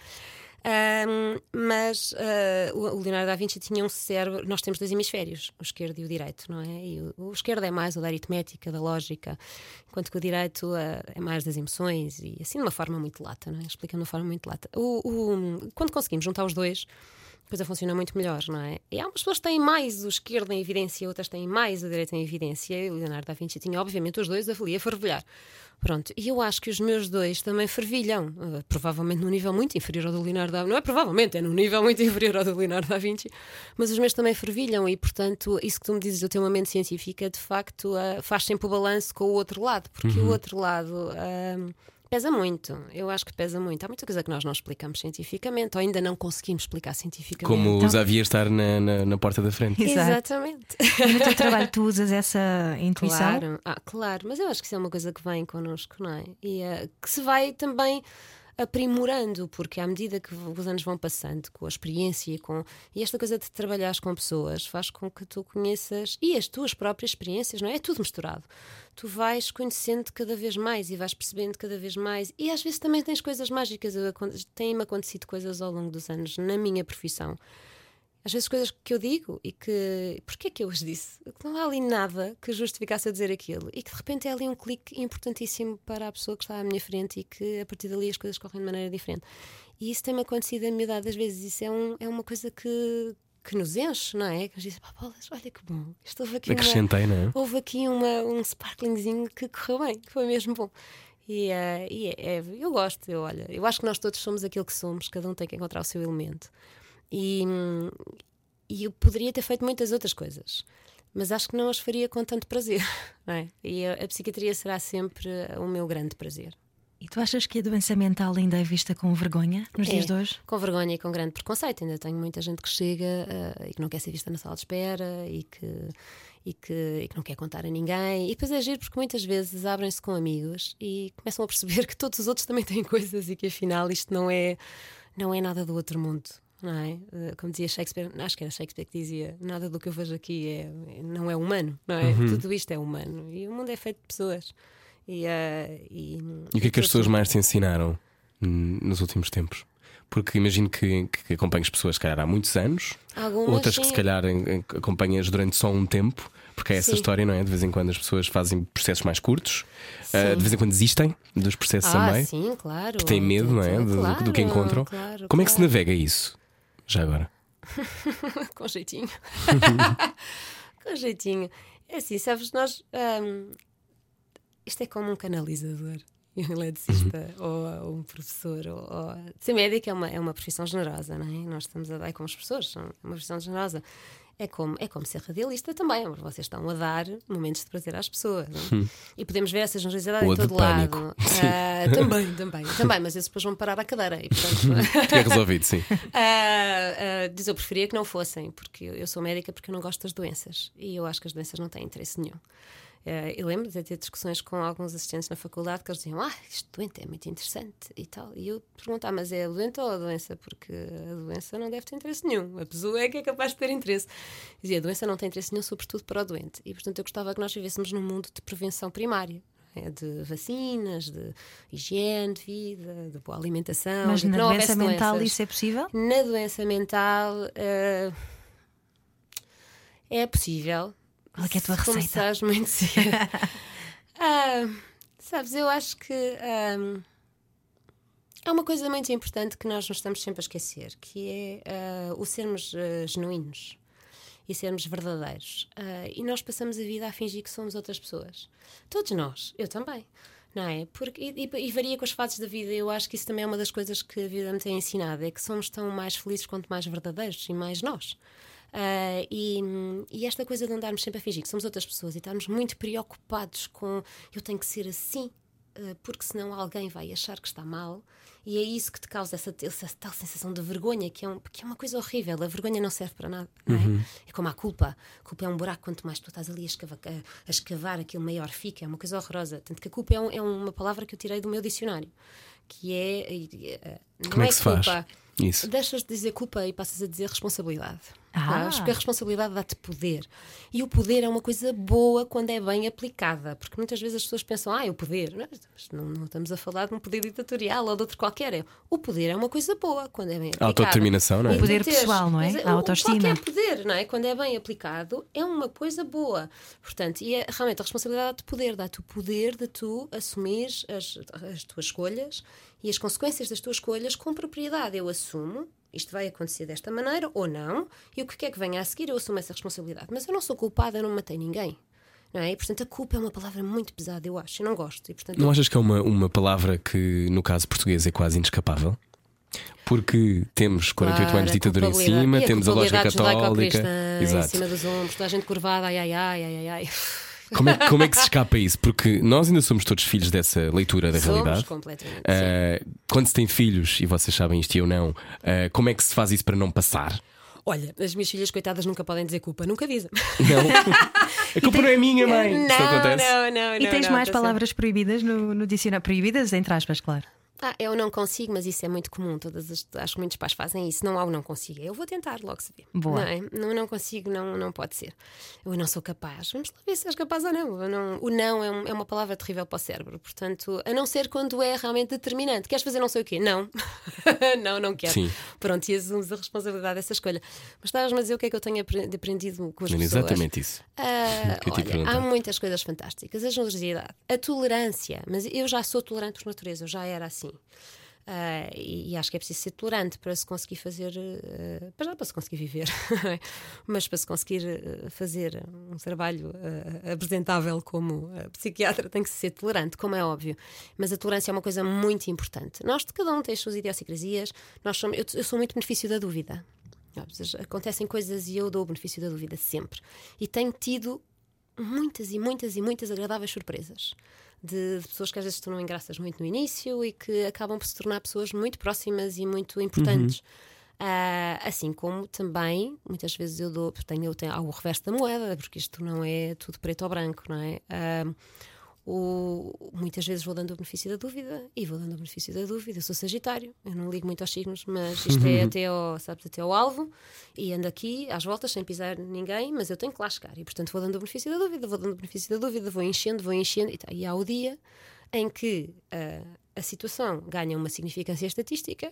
Mas o Leonardo da Vinci tinha um cérebro. Nós temos 2 hemisférios, o esquerdo e o direito, não é? E o esquerdo é mais o da aritmética, da lógica, enquanto que o direito é mais das emoções e assim de uma forma muito lata, não é? Explicando de uma forma muito lata. Quando conseguimos juntar os dois, a coisa funciona muito melhor, não é? E há umas pessoas que têm mais o esquerdo em evidência, outras têm mais o direito em evidência. E o Leonardo da Vinci tinha, obviamente, os dois a fervilhar. Pronto, e eu acho que os meus 2 também fervilham, provavelmente num nível muito inferior ao do Leonardo da Vinci. Não é provavelmente, é num nível muito inferior ao do Leonardo da Vinci, mas os meus também fervilham e, portanto, isso que tu me dizes do teu uma mente científica, de facto, faz sempre o balanço com o outro lado, porque o outro lado pesa muito. Eu acho que pesa muito. Há muita coisa que nós não explicamos cientificamente ou ainda não conseguimos explicar cientificamente. Como os havia estar na porta da frente. Exato. Exatamente. E no teu trabalho tu usas essa intuição? Claro, mas eu acho que isso é uma coisa que vem connosco, não é? E que se vai também aprimorando, porque à medida que os anos vão passando, com a experiência e esta coisa de trabalhares com pessoas faz com que tu conheças e as tuas próprias experiências, não é? É tudo misturado. Tu vais conhecendo cada vez mais e vais percebendo cada vez mais, e às vezes também tens coisas mágicas. Têm-me acontecido coisas ao longo dos anos na minha profissão. Às vezes coisas que eu digo e que... Porquê que eu as disse? Não há ali nada que justificasse eu dizer aquilo. E que de repente é ali um clique importantíssimo para a pessoa que está à minha frente e que a partir dali as coisas correm de maneira diferente. E isso tem-me acontecido a miúdade das vezes. Isso é uma coisa que nos enche, não é? Que nos diz, bolas, olha que bom. Houve aqui Acrescentei, não é? Houve aqui um sparklingzinho que correu bem, que foi mesmo bom. Eu gosto, eu acho que nós todos somos aquilo que somos, cada um tem que encontrar o seu elemento. E eu poderia ter feito muitas outras coisas, mas acho que não as faria com tanto prazer, não é? E a psiquiatria será sempre o meu grande prazer. E tu achas que a doença mental ainda é vista com vergonha nos dias de hoje? Com vergonha e com grande preconceito. Ainda tenho muita gente que chega e que não quer ser vista na sala de espera e que não quer contar a ninguém. E depois é giro porque muitas vezes abrem-se com amigos e começam a perceber que todos os outros também têm coisas e que afinal isto não é nada do outro mundo. Não é? Como dizia Shakespeare, acho que era Shakespeare que dizia: nada do que eu vejo aqui não é humano, não é? Tudo isto é humano e o mundo é feito de pessoas. E o que é que as pessoas mais te ensinaram nos últimos tempos? Porque imagino que acompanhas pessoas, se calhar, há muitos anos. Algumas, outras sim. que se calhar acompanhas durante só um tempo. Porque é essa Sim. história, não é? De vez em quando as pessoas fazem processos mais curtos, de vez em quando desistem dos processos também. Sim, claro. Porque têm medo, não é? Do que encontram. Claro, Como é que se navega isso? Já agora? Com jeitinho. Com jeitinho. É assim, sabes, nós. Isto é como um canalizador. E um eletricista ou um professor ou ser médico é uma profissão generosa, não é? Nós estamos a dar como os professores, são uma profissão generosa. É como ser radialista também. Vocês estão a dar momentos de prazer às pessoas, não é? E podemos ver essa generosidade Ou em de todo pânico. lado. Também, mas esses depois vão parar à cadeira e, portanto, É resolvido, sim. eu preferia que não fossem, porque eu sou médica porque eu não gosto das doenças e eu acho que as doenças não têm interesse nenhum. Eu lembro de ter discussões com alguns assistentes na faculdade que eles diziam: isto doente é muito interessante e tal. E eu perguntava: mas é a doente ou a doença? Porque a doença não deve ter interesse nenhum, a pessoa é que é capaz de ter interesse. Dizia: a doença não tem interesse nenhum, sobretudo para o doente. E portanto eu gostava que nós vivêssemos num mundo de prevenção primária, de vacinas, de higiene de vida, de boa alimentação. Mas de na não doença houvesse mental doenças. isso é possível? Na doença mental é possível. Qual é que é a tua receita? Começares muito cedo. Sabes, eu acho que há uma coisa muito importante que nós nos estamos sempre a esquecer, que é o sermos genuínos e sermos verdadeiros. E nós passamos a vida a fingir que somos outras pessoas. Todos nós, eu também. Não é? E varia com as fases da vida. Eu acho que isso também é uma das coisas que a vida me tem ensinado, é que somos tão mais felizes quanto mais verdadeiros e mais nós. E esta coisa de andarmos sempre a fingir que somos outras pessoas e estarmos muito preocupados com eu tenho que ser assim, porque senão alguém vai achar que está mal, e é isso que te causa essa tal sensação de vergonha, que é uma coisa horrível. A vergonha não serve para nada, não é? É como a culpa. A culpa é um buraco, quanto mais tu estás ali a escavar, aquilo maior fica, é uma coisa horrorosa. Tanto que a culpa é uma palavra que eu tirei do meu dicionário, que é não Como é é que se culpa. faz isso? Deixas de dizer culpa e passas a dizer responsabilidade. Ah. Porque a responsabilidade dá-te poder. E o poder é uma coisa boa quando é bem aplicada. Porque muitas vezes as pessoas pensam: o poder. Não estamos a falar de um poder ditatorial ou de outro qualquer. O poder é uma coisa boa quando é bem aplicada. Autodeterminação, não é? O poder pessoal, não é? A autoestima. Qualquer poder, não é? Quando é bem aplicado, é uma coisa boa. Portanto, realmente a responsabilidade dá-te poder. Dá-te o poder de tu assumires as tuas escolhas e as consequências das tuas escolhas com propriedade. Eu assumo, isto vai acontecer desta maneira ou não, e o que quer que venha a seguir, eu assumo essa responsabilidade. Mas eu não sou culpada, eu não matei ninguém. Não é? E, portanto, a culpa é uma palavra muito pesada, eu acho. Eu não gosto. E, portanto, Não achas que é uma palavra que, no caso português, é quase inescapável? Porque temos 48 anos de ditadura em cima, temos a lógica católica. Em cima dos ombros, toda a gente curvada, ai. Como é que se escapa isso? Porque nós ainda somos todos filhos dessa leitura da realidade. Completamente. Quando se tem filhos, e vocês sabem isto e eu não, como é que se faz isso para não passar? Olha, as minhas filhas, coitadas, nunca podem dizer culpa, nunca dizem. Não. A culpa não é minha, mãe. Isto acontece. Não. E tens mais palavras proibidas no dicionário? Proibidas, entre aspas, claro. Eu não consigo, mas isso é muito comum. Acho que muitos pais fazem isso. Não há o não consigo. Eu vou tentar, logo se vê. Boa. Não consigo, não pode ser. Eu não sou capaz. Vamos lá ver se és capaz ou não. O não é uma palavra terrível para o cérebro. Portanto, a não ser quando é realmente determinante. Queres fazer não sei o quê? Não. não quero. Sim. Pronto, e assumes a responsabilidade dessa escolha. Mas estavas-me a dizer o que é que eu tenho aprendido com as pessoas. Exatamente isso. Olha, há muitas coisas fantásticas. A generosidade, a tolerância. Mas eu já sou tolerante por natureza. Eu já era assim. E acho que é preciso ser tolerante para se conseguir fazer, para se conseguir viver, mas para se conseguir fazer um trabalho apresentável como psiquiatra tem que ser tolerante, como é óbvio. Mas a tolerância é uma coisa muito importante. Cada um tem as suas idiosincrasias. Eu sou muito benefício da dúvida. Acontecem coisas e eu dou o benefício da dúvida sempre. E tenho tido muitas agradáveis surpresas. De pessoas que às vezes tornam engraças muito no início e que acabam por se tornar pessoas muito próximas e muito importantes. Assim como também, muitas vezes eu tenho o reverso da moeda, porque isto não é tudo preto ou branco, não é? Muitas vezes vou dando o benefício da dúvida e vou dando o benefício da dúvida. Eu sou Sagitário, eu não ligo muito aos signos, mas isto é até ao alvo e ando aqui às voltas sem pisar ninguém, mas eu tenho que lá chegar e portanto vou dando o benefício da dúvida, vou enchendo e há o dia em que a situação ganha uma significância estatística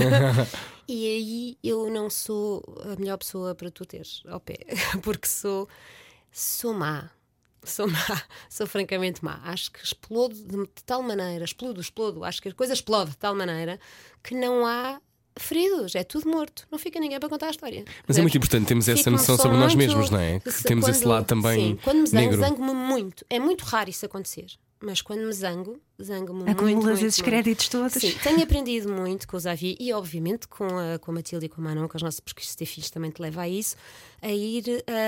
e aí eu não sou a melhor pessoa para tu teres ao pé, porque sou má. Sou francamente má. Acho que explodo de tal maneira, acho que a coisa explode de tal maneira que não há feridos, é tudo morto, não fica ninguém para contar a história. Mas é muito importante termos essa noção sobre nós mesmos, não é? Que temos esse lado também. Sim, quando me negro. zango-me muito. É muito raro isso acontecer, mas quando me zango-me muito. Acumulas esses créditos todos. Sim, tenho aprendido muito com o Xavier e obviamente com a Matilde e com o Manon, com as nossas, porque ter filhos também te leva a isso, a ir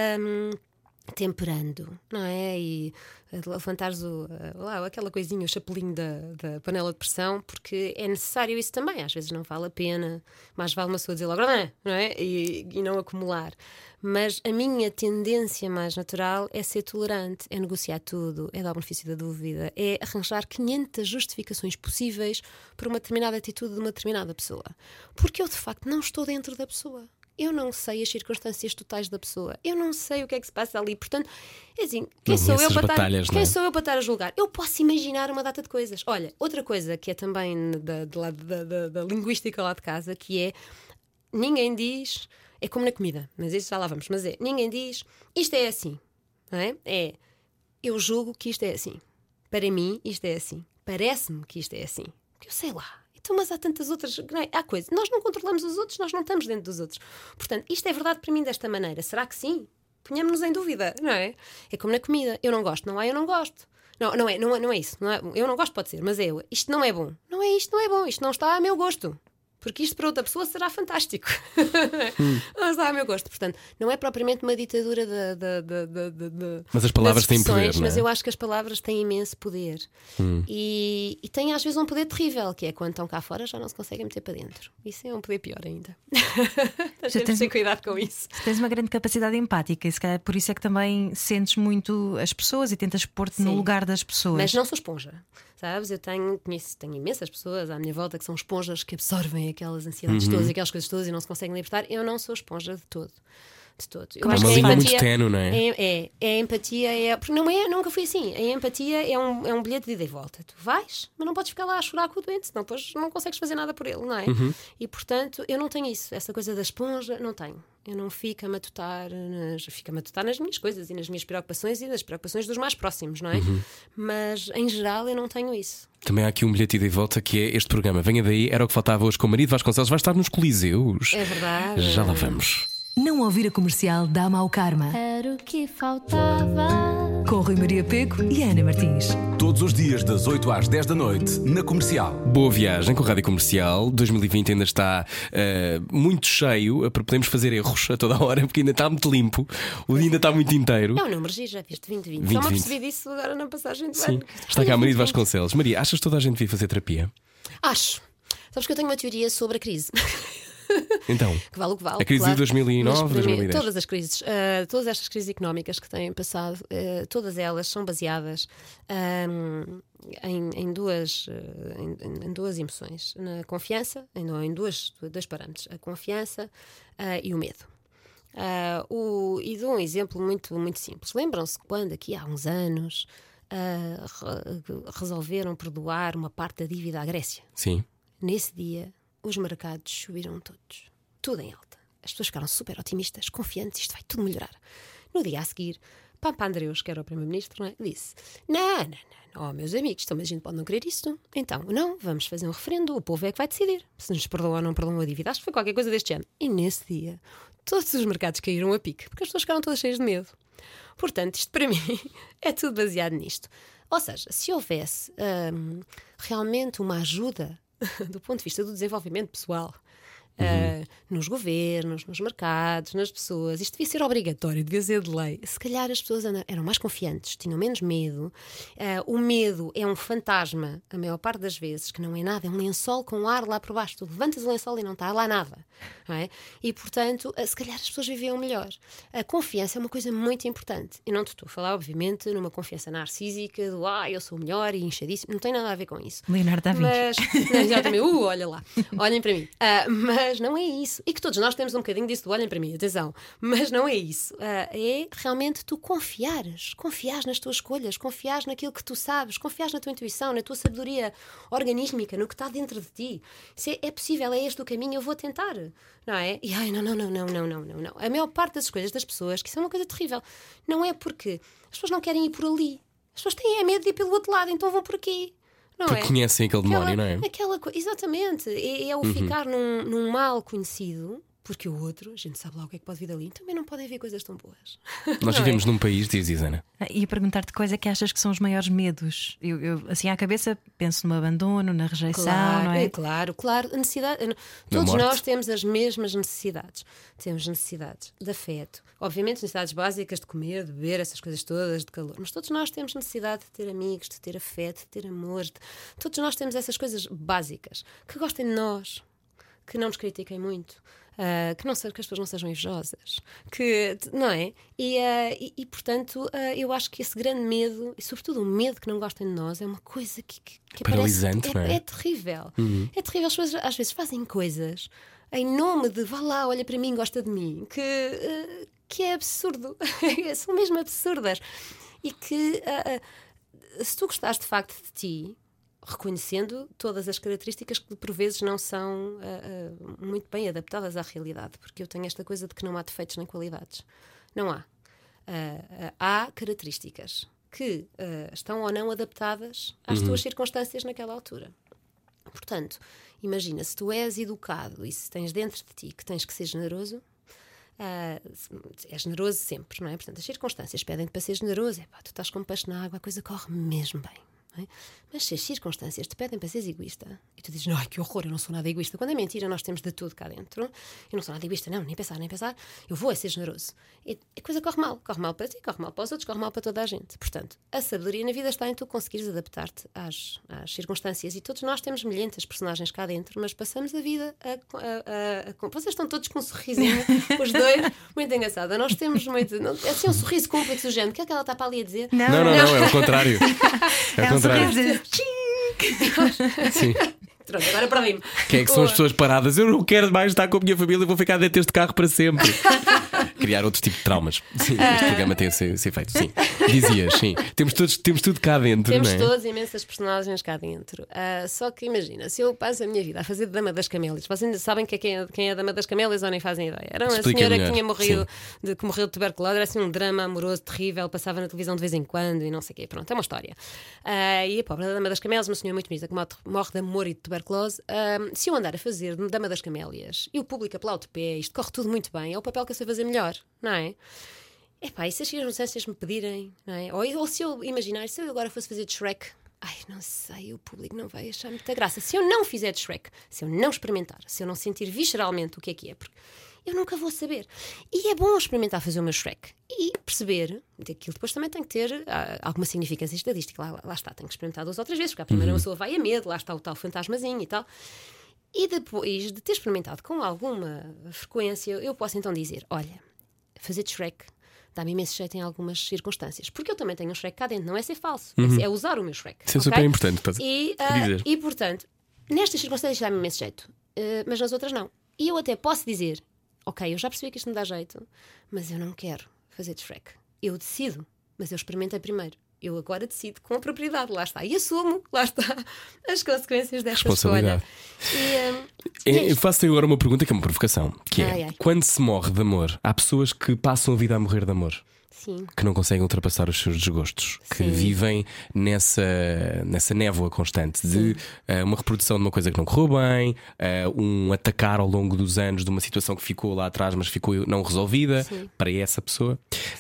temperando, não é? E levantares aquela coisinha, o chapelinho da panela de pressão, porque é necessário isso também. Às vezes não vale a pena, mais vale uma pessoa dizer logo, não é? E não acumular. Mas a minha tendência mais natural é ser tolerante, é negociar tudo, é dar o benefício da dúvida, é arranjar 500 justificações possíveis para uma determinada atitude de uma determinada pessoa. Porque eu, de facto, não estou dentro da pessoa. Eu não sei as circunstâncias totais da pessoa. Eu não sei o que é que se passa ali. Portanto, é assim, quem sou eu para estar a julgar? Eu posso imaginar uma data de coisas. Olha, outra coisa que é também da linguística lá de casa, que é, ninguém diz, é como na comida, mas isso já lá vamos, mas ninguém diz, isto é assim, não é? Eu julgo que isto é assim. Para mim, isto é assim. Parece-me que isto é assim. Porque eu sei lá. Mas há tantas outras, há coisas. Nós não controlamos os outros, nós não estamos dentro dos outros. Portanto, isto é verdade para mim desta maneira. Será que sim? Ponhamos-nos em dúvida, não é? É como na comida. Eu não gosto, eu não gosto. Não é isso. Não é, eu não gosto, pode ser, mas isto não é bom. Isto não é bom, isto não está a meu gosto. Porque isto para outra pessoa será fantástico. Não está a meu gosto. Portanto, não é propriamente uma ditadura mas as palavras têm poder, não é? Mas eu acho que as palavras têm imenso poder. E têm às vezes um poder terrível, que é quando estão cá fora já não se conseguem meter para dentro. Isso é um poder pior ainda. Temos que ter cuidado com isso. Tens uma grande capacidade empática e se calhar por isso é que também sentes muito as pessoas e tentas pôr-te no lugar das pessoas. Mas não sou esponja. Sabes? Eu tenho imensas pessoas à minha volta que são esponjas que absorvem aquelas ansiedades todas, aquelas coisas todas e não se conseguem libertar. Eu não sou esponja de todo. Eu acho uma que linha muito tenue, não é? A empatia porque nunca fui assim. A empatia é um bilhete de ida e volta. Tu vais, mas não podes ficar lá a chorar com o doente, senão depois não consegues fazer nada por ele, não é? E portanto, eu não tenho isso. Essa coisa da esponja, não tenho. Eu não fico a matutar nas minhas coisas e nas minhas preocupações e nas preocupações dos mais próximos, não é? Mas em geral eu não tenho isso. Também há aqui um bilhete de ida e volta que é este programa. Venha daí, era o que faltava hoje com o marido Vasconcelos. Vai estar nos Coliseus. É verdade. Já lá vamos. Não ouvir a comercial dá mau karma. Era o que faltava. Com Rui Maria Pego e Ana Martins. Todos os dias das 8 às 10 da noite na Comercial. Boa viagem com a Rádio Comercial. 2020 ainda está muito cheio, para podermos fazer erros a toda a hora, porque ainda está muito limpo, o dia ainda está muito inteiro. É um número giro, já viste 2020. Só me 2020. apercebi disso agora na passagem do Sim, ano. está cá a Maria de Vasconcelos. Maria, achas que toda a gente devia fazer terapia? Acho. Sabes que eu tenho uma teoria sobre a crise. Então, Que vale o que vale. a crise claro. de 2009, Mas, para mim, 2010. todas as crises, todas estas crises económicas que têm passado, todas elas são baseadas em duas emoções: na confiança, em dois parâmetros, a confiança e o medo. E dou um exemplo muito, muito simples. Lembram-se quando, aqui há uns anos, resolveram perdoar uma parte da dívida à Grécia? Sim. Nesse dia, os mercados subiram todos. Tudo em alta. As pessoas ficaram super otimistas, confiantes, isto vai tudo melhorar. No dia a seguir, Papandreou, que era o primeiro-ministro, não é? Disse: Não, meus amigos, mas a gente pode não querer isto. Então, não, vamos fazer um referendo, o povo é que vai decidir se nos perdoam ou não perdoam a dívida. Acho que foi qualquer coisa deste ano. E nesse dia, todos os mercados caíram a pique, porque as pessoas ficaram todas cheias de medo. Portanto, isto para mim é tudo baseado nisto. Ou seja, se houvesse realmente uma ajuda do ponto de vista do desenvolvimento pessoal, nos governos, nos mercados, nas pessoas, isto devia ser obrigatório, devia ser de lei. Se calhar as pessoas eram mais confiantes, tinham menos medo. O medo é um fantasma, a maior parte das vezes, que não é nada, é um lençol com ar lá por baixo. Tu levantas o lençol e não está lá nada, não é? E portanto, se calhar as pessoas viviam melhor. A confiança é uma coisa muito importante. E não te estou a falar, obviamente, numa confiança narcísica do eu sou o melhor e inchadíssimo, não tem nada a ver com isso. Leonardo da Vinci. Mas, exatamente, olha lá, olhem para mim. Mas não é isso. E que todos nós temos um bocadinho disso do olhem para mim, atenção. Mas não é isso. É realmente tu confiares nas tuas escolhas, confiares naquilo que tu sabes, confiares na tua intuição, na tua sabedoria organísmica, no que está dentro de ti. Se é possível, é este o caminho, eu vou tentar. Não é? E não. A maior parte das escolhas das pessoas, que isso é uma coisa terrível, não é porque as pessoas não querem ir por ali. As pessoas têm medo de ir pelo outro lado, então vão por aqui. Não Porque é? conhecem aquele demónio, não é? Exatamente. É o ficar num mal conhecido, porque o outro, a gente sabe lá o que é que pode vir dali, também não podem vir coisas tão boas. Nós vivemos num país, diz Ana. Ia perguntar-te quais é que achas que são os maiores medos. Eu assim à cabeça penso no abandono, na rejeição, não é? Claro. A necessidade. Todos nós temos as mesmas necessidades. Temos necessidades de afeto, obviamente necessidades básicas de comer, de beber, essas coisas todas, de calor. Mas todos nós temos necessidade de ter amigos, de ter afeto, de ter amor. Todos nós temos essas coisas básicas. Que gostem de nós, que não nos critiquem muito. Que as pessoas não sejam invejosas, não é? E portanto, eu acho que esse grande medo, e sobretudo o medo que não gostem de nós, é uma coisa que paralisante, não é? É terrível. É terrível. As pessoas às vezes fazem coisas em nome de vá lá, olha para mim, gosta de mim, que é absurdo. São mesmo absurdas. E que se tu gostares de facto de ti, reconhecendo todas as características que por vezes não são muito bem adaptadas à realidade, porque eu tenho esta coisa de que não há defeitos nem qualidades. Não há. Há características que estão ou não adaptadas às tuas circunstâncias naquela altura. Portanto, imagina, se tu és educado e se tens dentro de ti que tens que ser generoso, é generoso sempre, não é? Portanto, as circunstâncias pedem-te para ser generoso, tu estás como peixe na água, a coisa corre mesmo bem. É? Mas se as circunstâncias te pedem para seres egoísta e tu dizes, ai que horror, eu não sou nada egoísta, quando é mentira, nós temos de tudo cá dentro, eu não sou nada egoísta, não, nem pensar, eu vou ser generoso, e a coisa corre mal para ti, corre mal para os outros, corre mal para toda a gente. Portanto, a sabedoria na vida está em tu conseguires adaptar-te às circunstâncias, e todos nós temos milhentas personagens cá dentro, mas passamos a vida vocês estão todos com um sorrisinho, os dois, muito engraçado. Nós temos muito, é assim um sorriso complexo, género, o que é que ela está para ali a dizer? Não, é o contrário. É o contrário. Sim. Pronto, agora perdi-me. Quem é que são as pessoas paradas? Eu não quero mais estar com a minha família, vou ficar dentro deste carro para sempre. Criar outro tipo de traumas. Sim, este programa tem a ser feito. Sim. Dizias, sim. Temos tudo cá dentro. Temos não é? todas imensas personagens cá dentro. Só que imagina, se eu passo a minha vida a fazer de Dama das Camélias, vocês ainda sabem quem é a Dama das Camélias ou nem fazem ideia? Era uma Explica senhora melhor. que tinha morrido que morreu de tuberculose, era assim um drama amoroso terrível, passava na televisão de vez em quando e não sei o quê. Pronto, é uma história. E a pobre Dama das Camélias, uma senhora muito bonita que morre de amor e de tuberculose. Se eu andar a fazer de Dama das Camélias e o público aplaude de pé, isto corre tudo muito bem, é o papel que eu sei fazer melhor, não é? Epá, e se as circunstâncias me pedirem, não é? Ou se eu imaginar, se eu agora fosse fazer de Shrek, ai, não sei, o público não vai achar muita graça. Se eu não fizer de Shrek, se eu não experimentar, se eu não sentir visceralmente o que é, porque eu nunca vou saber. E é bom experimentar fazer o meu Shrek e perceber que aquilo depois também tem que ter alguma significância estadística. Lá está, tenho que experimentar 2 ou 3 vezes, porque a primeira pessoa vai a medo, lá está o tal fantasmazinho e tal. E depois de ter experimentado com alguma frequência, eu posso então dizer: olha, fazer de Shrek dá-me imenso jeito em algumas circunstâncias. Porque eu também tenho um Shrek cá dentro, não é ser falso, é usar o meu Shrek. Isso é super importante para dizer. E portanto, nestas circunstâncias dá-me imenso jeito, mas nas outras não. E eu até posso dizer: ok, eu já percebi que isto me dá jeito, mas eu não quero fazer de Shrek. Eu decido, mas eu experimentei primeiro. Eu agora decido com a propriedade, lá está. E assumo, lá está, as consequências desta escolha. Eu faço-te agora uma pergunta que é uma provocação, que é: quando se morre de amor, há pessoas que passam a vida a morrer de amor. Sim. Que não conseguem ultrapassar os seus desgostos, que vivem nessa névoa constante de uma reprodução de uma coisa que não correu bem, um atacar ao longo dos anos de uma situação que ficou lá atrás, mas ficou não resolvida para essa pessoa.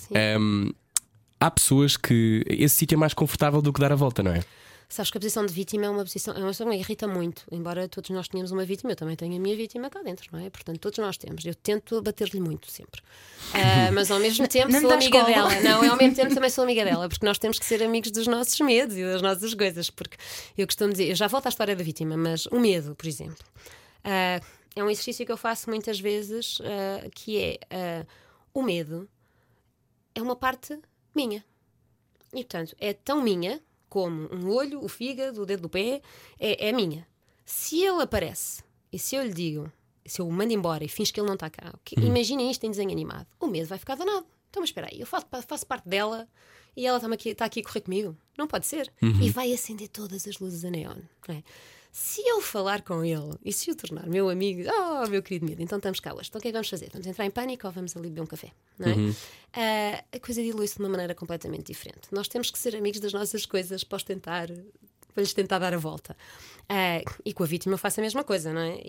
Há pessoas que esse sítio é mais confortável do que dar a volta, não é? Sabes que a posição de vítima é uma posição que me irrita muito. Embora todos nós tenhamos uma vítima, eu também tenho a minha vítima cá dentro, não é? Portanto, todos nós temos. Eu tento bater-lhe muito sempre. Mas ao mesmo tempo sou amiga dela. Não, ao mesmo tempo também sou amiga dela, porque nós temos que ser amigos dos nossos medos e das nossas coisas. Porque eu costumo dizer, eu já volto à história da vítima, mas o medo, por exemplo, é um exercício que eu faço muitas vezes, que é o medo é uma parte minha. E portanto, é tão minha como um olho, o fígado, o dedo do pé, é minha. Se ele aparece e se eu lhe digo, se eu o mando embora e finge que ele não está cá, imaginem isto em desenho animado, o medo vai ficar danado. Então, mas espera aí, eu faço parte dela e ela está aqui a correr comigo. Não pode ser. E vai acender todas as luzes a neon, não é? Se eu falar com ele e se o tornar meu amigo, meu querido medo, então estamos cá hoje. Então o que é que vamos fazer? Vamos entrar em pânico ou vamos ali beber um café? Não é? A coisa dilui-se de uma maneira completamente diferente. Nós temos que ser amigos das nossas coisas para lhes tentar dar a volta. E com a vítima eu faço a mesma coisa, não é?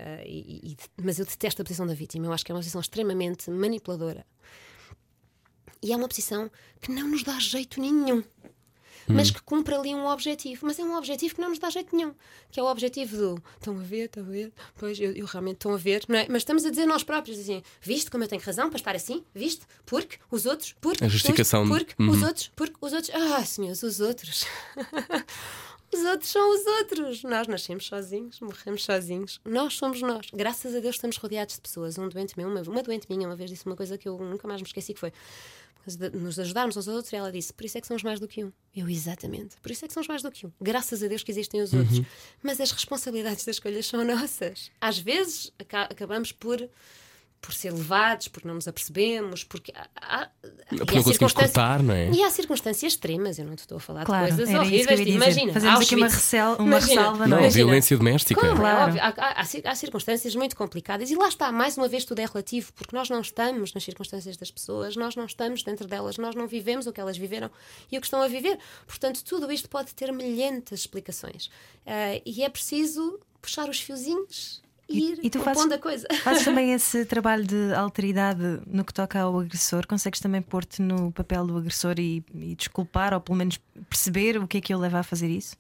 Mas eu detesto a posição da vítima. Eu acho que é uma posição extremamente manipuladora. E é uma posição que não nos dá jeito nenhum. Mas que cumpre ali um objetivo. Mas é um objetivo que não nos dá jeito nenhum. Que é o objetivo do estão a ver? Pois, eu realmente estão a ver, não é? Mas estamos a dizer nós próprios assim: viste como eu tenho razão para estar assim? Viste? Porque os outros, porque a justificação. Porque os outros, porque os outros. Senhores, os outros. Os outros são os outros. Nós nascemos sozinhos, morremos sozinhos. Nós somos nós. Graças a Deus estamos rodeados de pessoas. Um doente meu, uma doente minha, uma vez disse uma coisa que eu nunca mais me esqueci, que foi: nos ajudarmos uns aos outros, e ela disse: por isso é que somos mais do que um. Eu, exatamente, por isso é que somos mais do que um. Graças a Deus que existem os outros. Mas as responsabilidades das escolhas são nossas. Às vezes acabamos por ser levados, porque não nos apercebemos, porque porque não conseguimos cortar, não é? E há circunstâncias extremas. Eu não te estou a falar de coisas era horríveis. Imagina, fazemos aqui uma ressalva, não é? Violência doméstica. Claro. Há circunstâncias muito complicadas. E lá está, mais uma vez, tudo é relativo, porque nós não estamos nas circunstâncias das pessoas, nós não estamos dentro delas, nós não vivemos o que elas viveram e o que estão a viver. Portanto, tudo isto pode ter milhentas explicações. E é preciso puxar os fiozinhos e tu fazes, a coisa. Fazes também esse trabalho de alteridade no que toca ao agressor? Consegues também pôr-te no papel do agressor e desculpar, ou pelo menos perceber o que é que ele leva a fazer isso?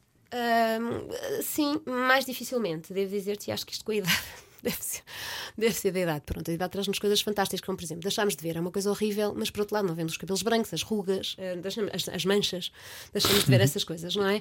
Sim, mais dificilmente. Devo dizer-te, acho que isto com a idade deve ser da idade. Pronto, a idade traz-nos coisas fantásticas, como por exemplo, deixámos de ver, é uma coisa horrível, mas por outro lado não vemos os cabelos brancos, as rugas, as manchas, deixamos de ver essas coisas, não é?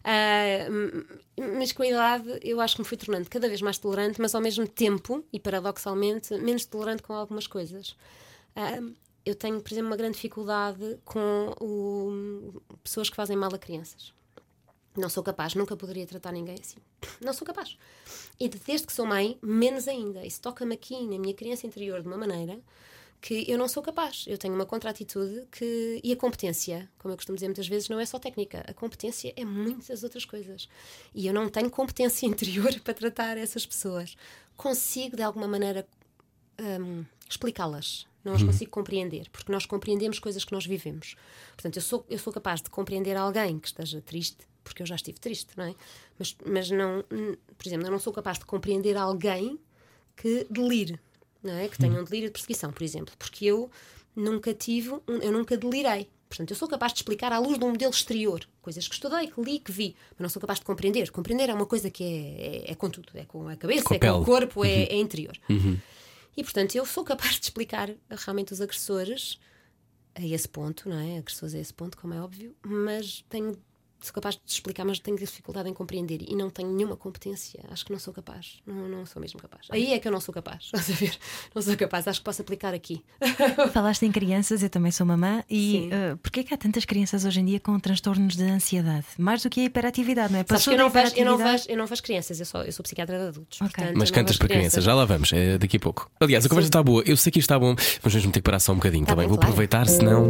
Mas com a idade eu acho que me fui tornando cada vez mais tolerante, mas ao mesmo tempo, e paradoxalmente, menos tolerante com algumas coisas. Eu tenho, por exemplo, uma grande dificuldade com pessoas que fazem mal a crianças. Não sou capaz, nunca poderia tratar ninguém assim. Não sou capaz. E desde que sou mãe, menos ainda. Isso toca-me aqui na minha criança interior de uma maneira que eu não sou capaz. Eu tenho uma contra-atitude e a competência, como eu costumo dizer muitas vezes, não é só técnica. A competência é muitas outras coisas. E eu não tenho competência interior para tratar essas pessoas. Consigo, de alguma maneira, explicá-las. Não as consigo compreender, porque nós compreendemos coisas que nós vivemos. Portanto, eu sou capaz de compreender alguém que esteja triste, porque eu já estive triste, não é? Mas não, por exemplo, eu não sou capaz de compreender alguém que delire, não é? Que tenha um delírio de perseguição, por exemplo, porque eu nunca eu nunca delirei. Portanto, eu sou capaz de explicar à luz de um modelo exterior coisas que estudei, que li, que vi, mas não sou capaz de compreender. Compreender é uma coisa que é com tudo, é com a cabeça, é com o corpo, é interior. E portanto, eu sou capaz de explicar realmente os agressores a esse ponto, não é? Agressores a esse ponto, como é óbvio, mas sou capaz de explicar, mas tenho dificuldade em compreender e não tenho nenhuma competência. Acho que não sou capaz. Não sou mesmo capaz. Aí é que eu não sou capaz. Estás a ver? Não sou capaz. Acho que posso aplicar aqui. Falaste em crianças, eu também sou mamã. E porquê que há tantas crianças hoje em dia com transtornos de ansiedade? Mais do que a hiperatividade, não é? Sabes que eu não vejo crianças. Eu sou psiquiatra de adultos. Okay. Portanto, mas cantas para crianças. Já lá vamos, daqui a pouco. Aliás, a conversa está boa. Eu sei que isto está bom, mas mesmo ter que parar só um bocadinho. Tá bem? Vou aproveitar, senão.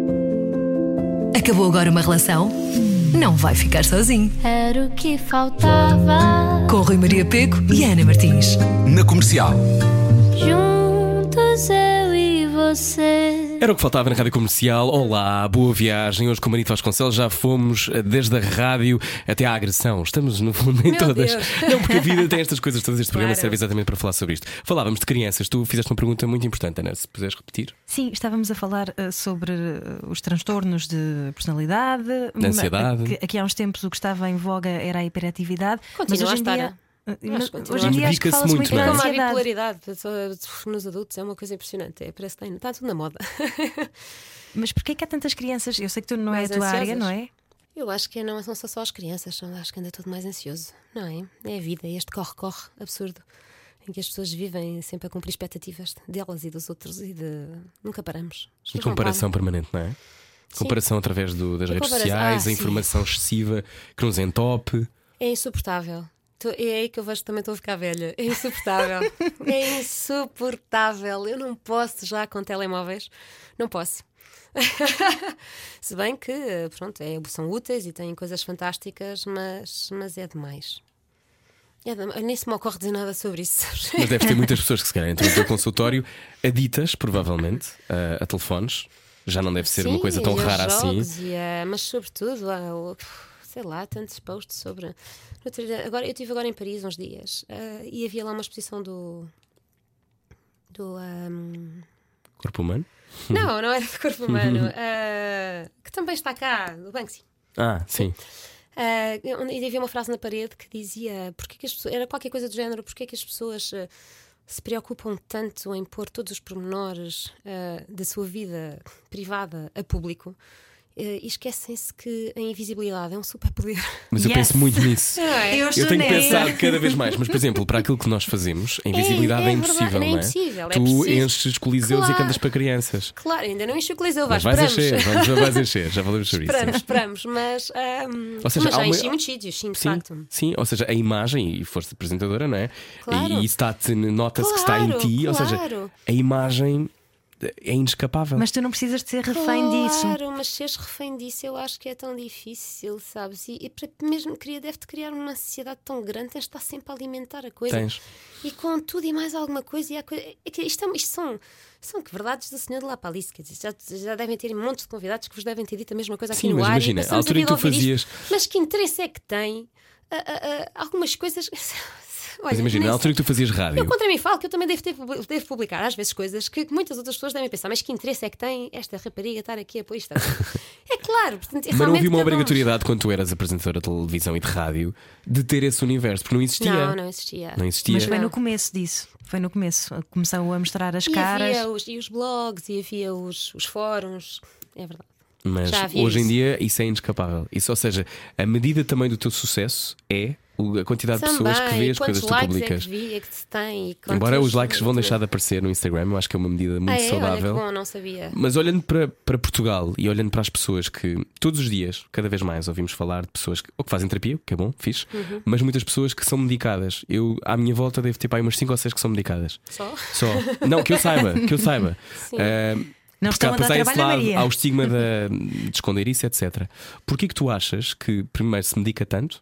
Acabou agora uma relação? Não vai ficar sozinho. Era o que faltava. Com Rui Maria Pego e Ana Martins. Na Comercial. Juntos eu e você. Era o que faltava na Rádio Comercial. Olá, boa viagem. Hoje com o Marito Vasconcelos já fomos desde a rádio até à agressão. Estamos no fundo em todas. Deus. Não, porque a vida tem estas coisas todas. Este programa Claro. serve exatamente para falar sobre isto. Falávamos de crianças. Tu fizeste uma pergunta muito importante, Ana. Se puderes repetir. Sim, estávamos a falar sobre os transtornos de personalidade, De ansiedade. Aqui há uns tempos o que estava em voga era a hiperatividade. Continua mas hoje a em estar. dia, Mas continua. hoje em dia acho que Dica-se fala-se muito, muito não é? da Como a ansiedade. bipolaridade nos adultos é uma coisa impressionante. Parece que está tudo na moda. Mas porquê que há tantas crianças? Eu sei que tu não Mais é a tua área, ansiosas? não é? Eu acho que não são só as crianças, acho que anda tudo mais ansioso, não é? É a vida, é este corre-corre absurdo em que as pessoas vivem sempre a cumprir expectativas delas e dos outros e nunca paramos. As E pessoas não comparação param. permanente, não é? Sim. Comparação através das A redes comparação- sociais, a sim. informação excessiva que nos entope. É insuportável. É aí que eu vejo que também estou a ficar velha. É insuportável. É insuportável. Eu não posso já com telemóveis. Não posso. Se bem que, pronto, são úteis e têm coisas fantásticas, mas é demais. Nem se me ocorre dizer nada sobre isso. Mas deves ter muitas pessoas que se calhar entram no teu consultório aditas, provavelmente, a telefones. Já não deve ser uma Sim, coisa tão e rara aos assim. jogos mas sobretudo sei lá, tantos posts sobre. Agora, eu estive agora em Paris uns dias e havia lá uma exposição do Corpo humano? não era do corpo humano, que também está cá, do Banksy. Ah, sim. E havia uma frase na parede que dizia porque que as pessoas, era qualquer coisa do género, porque é que as pessoas se preocupam tanto em pôr todos os pormenores da sua vida privada a público e esquecem-se que a invisibilidade é um superpoder. Mas eu penso muito nisso. Eu Eu tenho pensado cada vez mais, mas por exemplo, para aquilo que nós fazemos, a invisibilidade é impossível, verdade, não é? é impossível, é Tu preciso. enches coliseus e Claro. cantas para crianças. Claro, ainda não enchi o Coliseu, Mas vais, vais esperamos. encher, vais encher, já falamos sobre isso. Esperamos, mas, Ou seja, mas há já uma- enchi muitos sítios, sim, de Sim, facto. sim, ou seja, a imagem, e foste apresentadora, não é? Claro. E isso nota-se que está em ti, ou seja, Claro. a imagem é inescapável. Mas tu não precisas de ser refém disso. Claro, mas seres refém disso eu acho que é tão difícil, sabes? E mesmo deve-te criar uma ansiedade tão grande, tens de estar sempre a alimentar a coisa. Tens. E com tudo e mais alguma coisa. Isto são que verdades do Senhor de La Palice. Quer dizer, já devem ter montes de convidados que vos devem ter dito a mesma coisa Sim, aqui no mas ar. imagina, e passamos a altura em vida que tu a ouvir isto. fazias- Mas que interesse é que tem algumas coisas. Olha, Mas imagina, nem na altura sei. que tu fazias rádio, Eu contra mim falo que eu também devo publicar às vezes coisas que muitas outras pessoas devem pensar, mas que interesse é que tem esta rapariga estar aqui a pôr isto? É claro, portanto, mas não realmente havia uma cada um- obrigatoriedade quando tu eras apresentadora de televisão e de rádio de ter esse universo, porque não existia. Não existia. Não existia. Mas foi Não. no começo disso. Foi no começo. Começou a mostrar as E caras. havia os blogs e havia os fóruns. É verdade. Mas Já havia hoje em isso. dia isso é inescapável. Isso, ou seja, a medida também do teu sucesso é a quantidade de pessoas que vês, coisas que tu likes publicas. é que se tem? E Embora quantos- os likes vão deixar de aparecer no Instagram, eu acho que é uma medida muito Olha saudável. que bom, não sabia. Mas olhando para Portugal e olhando para as pessoas que todos os dias, cada vez mais, ouvimos falar de pessoas ou que fazem terapia, que é bom, fixe, Uhum. mas muitas pessoas que são medicadas. Eu, à minha volta, devo ter para aí umas 5 ou 6 que são medicadas. Só? Só. Não, que eu saiba, que eu saiba. Sim. Não Porque estão a depois dar há esse trabalho a lado, Maria. há o estigma de esconder isso, etc. Porquê que tu achas que primeiro se medica tanto?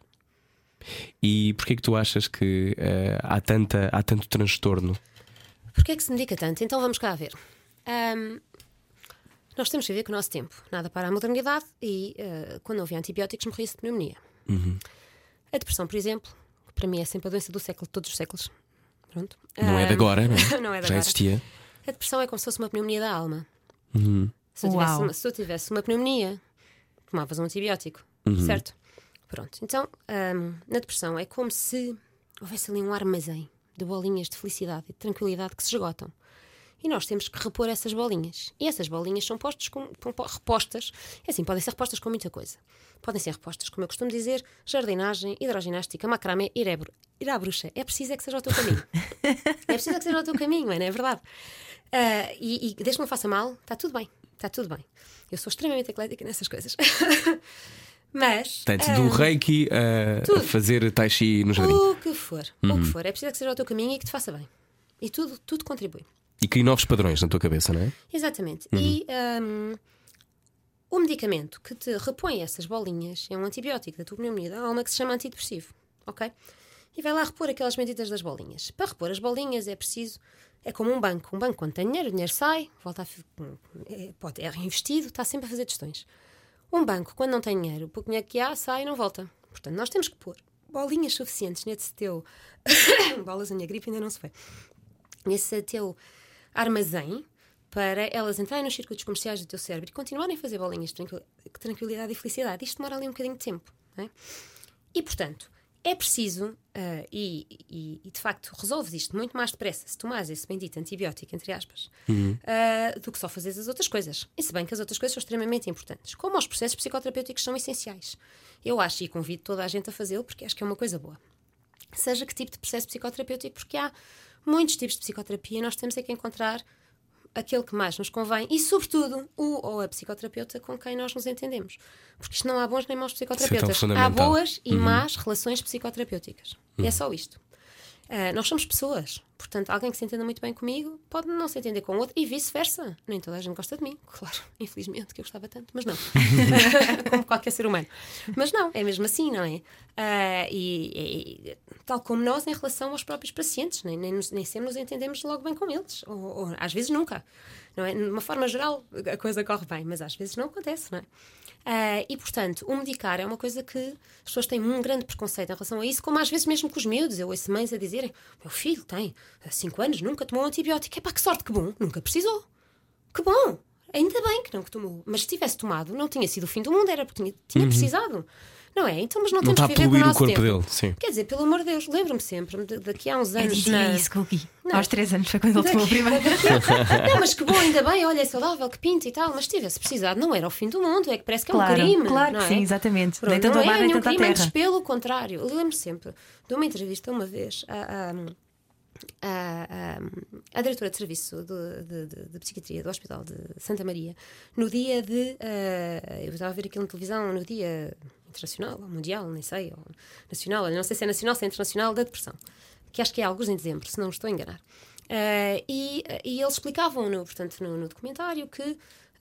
E porquê que tu achas que há tanto transtorno? Porquê é que se medica tanto? Então vamos cá ver. Nós temos que ver com o nosso tempo. Nada para a modernidade e quando não havia antibióticos morria-se de pneumonia. A depressão, por exemplo, que para mim é sempre a doença do século, de todos os séculos. Pronto. Não é de agora, não é? Não é de Já agora. existia. A depressão é como se fosse uma pneumonia da alma. Se eu tivesse uma pneumonia, tomavas um antibiótico, certo? Pronto. Então, na depressão é como se houvesse ali um armazém de bolinhas de felicidade e de tranquilidade que se esgotam. E nós temos que repor essas bolinhas. E essas bolinhas são repostas. É assim, podem ser repostas com muita coisa. Podem ser repostas, como eu costumo dizer, jardinagem, hidroginástica, macramé, ir à bruxa. É preciso é que seja o teu caminho. É preciso é que seja o teu caminho, não é verdade? E desde que não faça mal, está tudo bem. Está tudo bem. Eu sou extremamente eclética nessas coisas. Mas. Portanto, do reiki a fazer tai chi no jardim. O que for. É preciso é que seja o teu caminho e que te faça bem. E tudo contribui. E cria novos padrões na tua cabeça, não é? Exatamente. E o medicamento que te repõe essas bolinhas é um antibiótico da tua pneumonia da alma que se chama antidepressivo. Ok? E vai lá repor aquelas medidas das bolinhas. Para repor as bolinhas é preciso. É como um banco. Um banco, quando tem dinheiro, o dinheiro sai, é reinvestido, está sempre a fazer gestões. Um banco, quando não tem dinheiro, o pouco dinheiro que há, sai e não volta. Portanto, nós temos que pôr bolinhas suficientes nesse teu. Bolas, a minha gripe ainda não se foi. Nesse teu armazém, para elas entrarem nos circuitos comerciais do teu cérebro e continuarem a fazer bolinhas de tranquilidade e felicidade. Isto demora ali um bocadinho de tempo, não é? E, portanto, é preciso, e de facto resolves isto muito mais depressa se tomares esse bendito antibiótico, entre aspas, do que só fazeres as outras coisas. E se bem que as outras coisas são extremamente importantes, como os processos psicoterapêuticos são essenciais. Eu acho e convido toda a gente a fazê-lo porque acho que é uma coisa boa. Seja que tipo de processo psicoterapêutico, porque há muitos tipos de psicoterapia e nós temos é que encontrar aquele que mais nos convém e, sobretudo, o ou a psicoterapeuta com quem nós nos entendemos. Porque isto não há bons nem maus psicoterapeutas. Há boas e más relações psicoterapêuticas. E é só isto. Nós somos pessoas. Portanto, alguém que se entenda muito bem comigo pode não se entender com o outro e vice-versa. Nem toda a gente gosta de mim. Claro, infelizmente, que eu gostava tanto. Mas não. Como qualquer ser humano. Mas não, é mesmo assim, não é? Tal como nós em relação aos próprios pacientes. Nem sempre nos entendemos logo bem com eles. Ou às vezes nunca. Não é? De uma forma geral, a coisa corre bem. Mas às vezes não acontece, não é? E, portanto, o medicar é uma coisa que as pessoas têm um grande preconceito em relação a isso, como às vezes mesmo com os miúdos. Eu ouço mães a dizerem: meu filho tem 5 anos, nunca tomou um antibiótico. Epá, que sorte, que bom, nunca precisou. Que bom, ainda bem que não que tomou. Mas se tivesse tomado, não tinha sido o fim do mundo, era porque tinha precisado. Não é? Então, mas não temos que viver com o nosso tempo. Dele, sim. Quer dizer, pelo amor de Deus, lembro-me sempre, daqui a uns anos. Eu dizia isso que eu vi. Aos 3 anos foi quando ele tomou o primeiro. Não, mas que bom, ainda bem, olha, é saudável, que pinta e tal. Mas se tivesse precisado, não era o fim do mundo, é que parece que é um crime. Claro, não é? Sim, exatamente. Pronto, nem tanto não ao mar, é nem nenhum tanto à crime, terra. antes pelo contrário. Eu lembro sempre de uma entrevista uma vez a diretora de serviço de psiquiatria do Hospital de Santa Maria, no dia de. Eu estava a ver aquilo na televisão, no dia internacional, ou mundial, nem sei, ou nacional, não sei se é nacional, se é internacional, da depressão, que acho que é alguns em dezembro, se não me estou a enganar. E eles explicavam portanto, no documentário que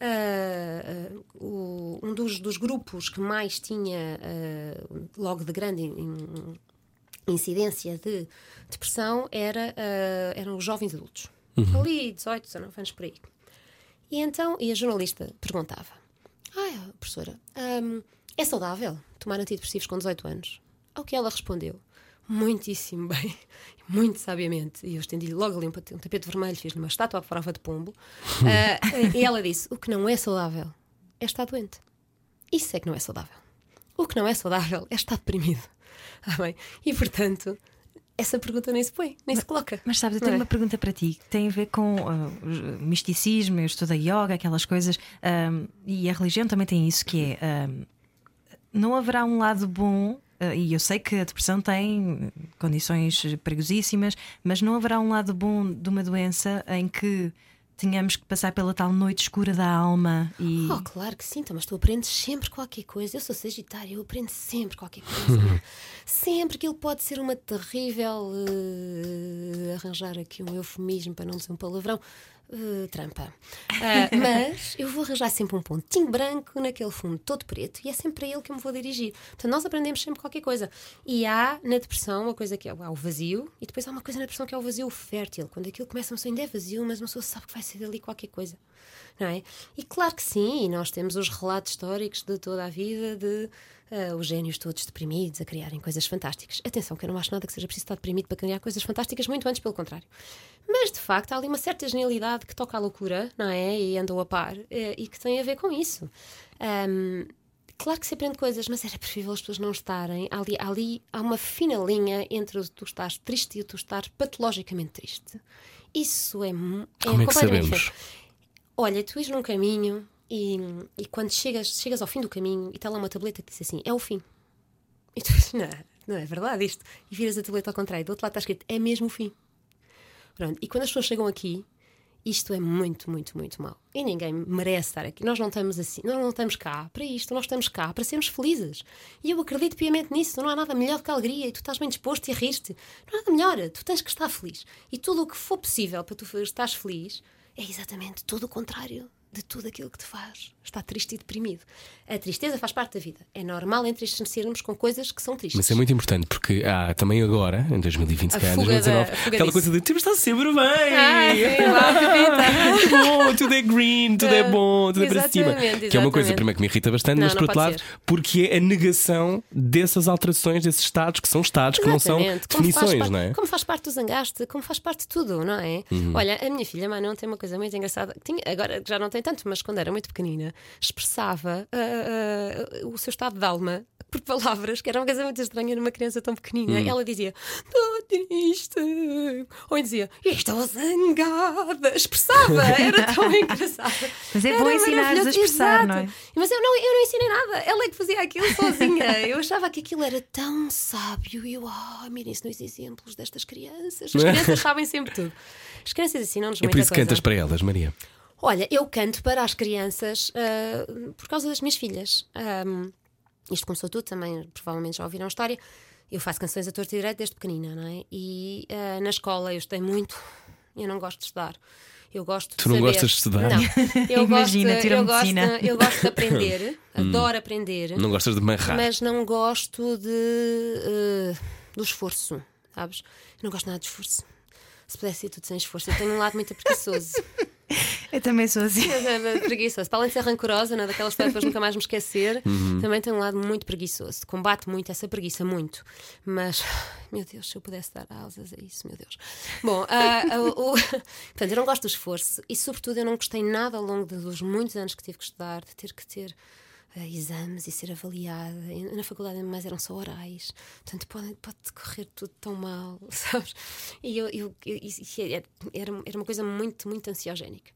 um dos grupos que mais tinha, logo de grande incidência de depressão eram os jovens adultos. Ali 18, 19 anos por aí. E então, a jornalista perguntava: professora, é saudável tomar antidepressivos com 18 anos? Ao que ela respondeu, muitíssimo bem, muito sabiamente, e eu estendi logo ali um tapete vermelho, fiz-lhe uma estátua à prova de pombo, e ela disse: o que não é saudável é estar doente. Isso é que não é saudável. O que não é saudável é estar deprimido. Bem? E, portanto, essa pergunta nem se põe, nem se coloca. Mas sabes, eu tenho uma pergunta para ti que tem a ver com misticismo, eu estudo a yoga, aquelas coisas, e a religião também tem isso, que é não haverá um lado bom, e eu sei que a depressão tem condições perigosíssimas, mas não haverá um lado bom de uma doença em que tínhamos que passar pela tal noite escura da alma e... claro que sim, então, mas tu aprendes sempre qualquer coisa. Eu sou Sagitário, eu aprendo sempre qualquer coisa. Sempre. Aquilo pode ser uma terrível arranjar aqui um eufemismo para não dizer um palavrão, trampa, mas eu vou arranjar sempre um pontinho branco naquele fundo todo preto e é sempre para ele que eu me vou dirigir. Portanto, nós aprendemos sempre qualquer coisa. E há na depressão uma coisa que há o vazio, e depois há uma coisa na depressão que é o vazio fértil, quando aquilo começa, uma pessoa ainda é vazio, mas uma pessoa sabe que vai sair dali qualquer coisa, não é? E claro que sim, nós temos os relatos históricos de toda a vida de os génios todos deprimidos a criarem coisas fantásticas. Atenção, que eu não acho nada que seja preciso estar deprimido para criar coisas fantásticas, muito antes pelo contrário. Mas de facto há ali uma certa genialidade que toca à loucura, não é? E andou a par, e que tem a ver com isso. Claro que se aprende coisas, mas era preferível as pessoas não estarem. Ali há uma fina linha entre o tu estás triste e o tu estar patologicamente triste. Isso é Como é que completamente sabemos? diferente. Olha, tu ires num caminho e quando chegas ao fim do caminho e está lá uma tableta que diz assim, é o fim. E tu dizes, não é verdade isto. E viras a tableta ao contrário, do outro lado está escrito, é mesmo o fim. Pronto. E quando as pessoas chegam aqui, isto é muito, muito, muito mau. E ninguém merece estar aqui. Nós não estamos assim, nós não estamos cá para isto, nós estamos cá para sermos felizes. E eu acredito piamente nisso. Não há nada melhor do que a alegria e tu estás bem disposto e a rir-te. Não há nada melhor. Tu tens que estar feliz. E tudo o que for possível para tu estares feliz é exatamente todo o contrário de tudo aquilo que te faz estar triste e deprimido. A tristeza faz parte da vida. É normal entristecermos com coisas que são tristes. Mas é muito importante porque há também agora, em 2020, A cá, em fuga 2019, da- a fuga aquela disso. coisa de temos de estar sempre bem. sim, lá, Que bom, tudo é green, tudo é bom, tudo é para cima. Exatamente, Que é uma coisa exatamente. primeiro que me irrita bastante, Não, mas não por outro pode lado, ser. porque é a negação dessas alterações, desses estados que são estados, que não são Exatamente. Como faz definições, parte- não é? Como faz parte do zangaste, como faz parte de tudo, não é? Olha, a minha filha Manon tem uma coisa muito engraçada. Agora já não tem tanto, mas quando era muito pequenina, expressava o seu estado de alma por palavras, que era uma coisa muito estranha numa criança tão pequenina. Ela dizia, estou triste. Ou dizia, estou zangada. Expressava, era tão engraçado. Mas é Era bom ensinares a maravilhoso. expressar, Exato. não é? Mas eu não ensinei nada. Ela é que fazia aquilo sozinha. Eu achava que aquilo era tão sábio. E eu, mirem-se nos exemplos destas crianças. As crianças sabem sempre tudo. As crianças ensinam-nos É muita por isso que coisa. cantas para elas, Maria. Olha, eu canto para as crianças por causa das minhas filhas. Isto começou tudo também, provavelmente já ouviram a história. Eu faço canções a torto e direito desde pequenina, não é? E na escola eu estudei muito. Eu não gosto de estudar. Eu gosto de Tu não saber. gostas de estudar? Não. Eu Imagina, tira eu gosto, medicina. eu gosto de aprender. Adoro aprender. Não gostas de marrar. Mas não gosto do esforço, sabes? Eu não gosto nada de esforço. Se pudesse ser tudo sem esforço. Eu tenho um lado muito preguiçoso. Eu também sou assim. Preguiçoso. Para além de ser rancorosa, não é? Daquelas pessoas que depois nunca mais me esquecer, também tenho um lado muito preguiçoso. Combate muito essa preguiça, muito. Mas, meu Deus, se eu pudesse dar asas a isso, meu Deus. Bom, portanto, eu não gosto do esforço e, sobretudo, eu não gostei nada ao longo dos muitos anos que tive que estudar, de ter que ter exames e ser avaliada. Na faculdade, mas eram só orais. Portanto, pode correr tudo tão mal, sabes? E isso era uma coisa muito, muito ansiogénica.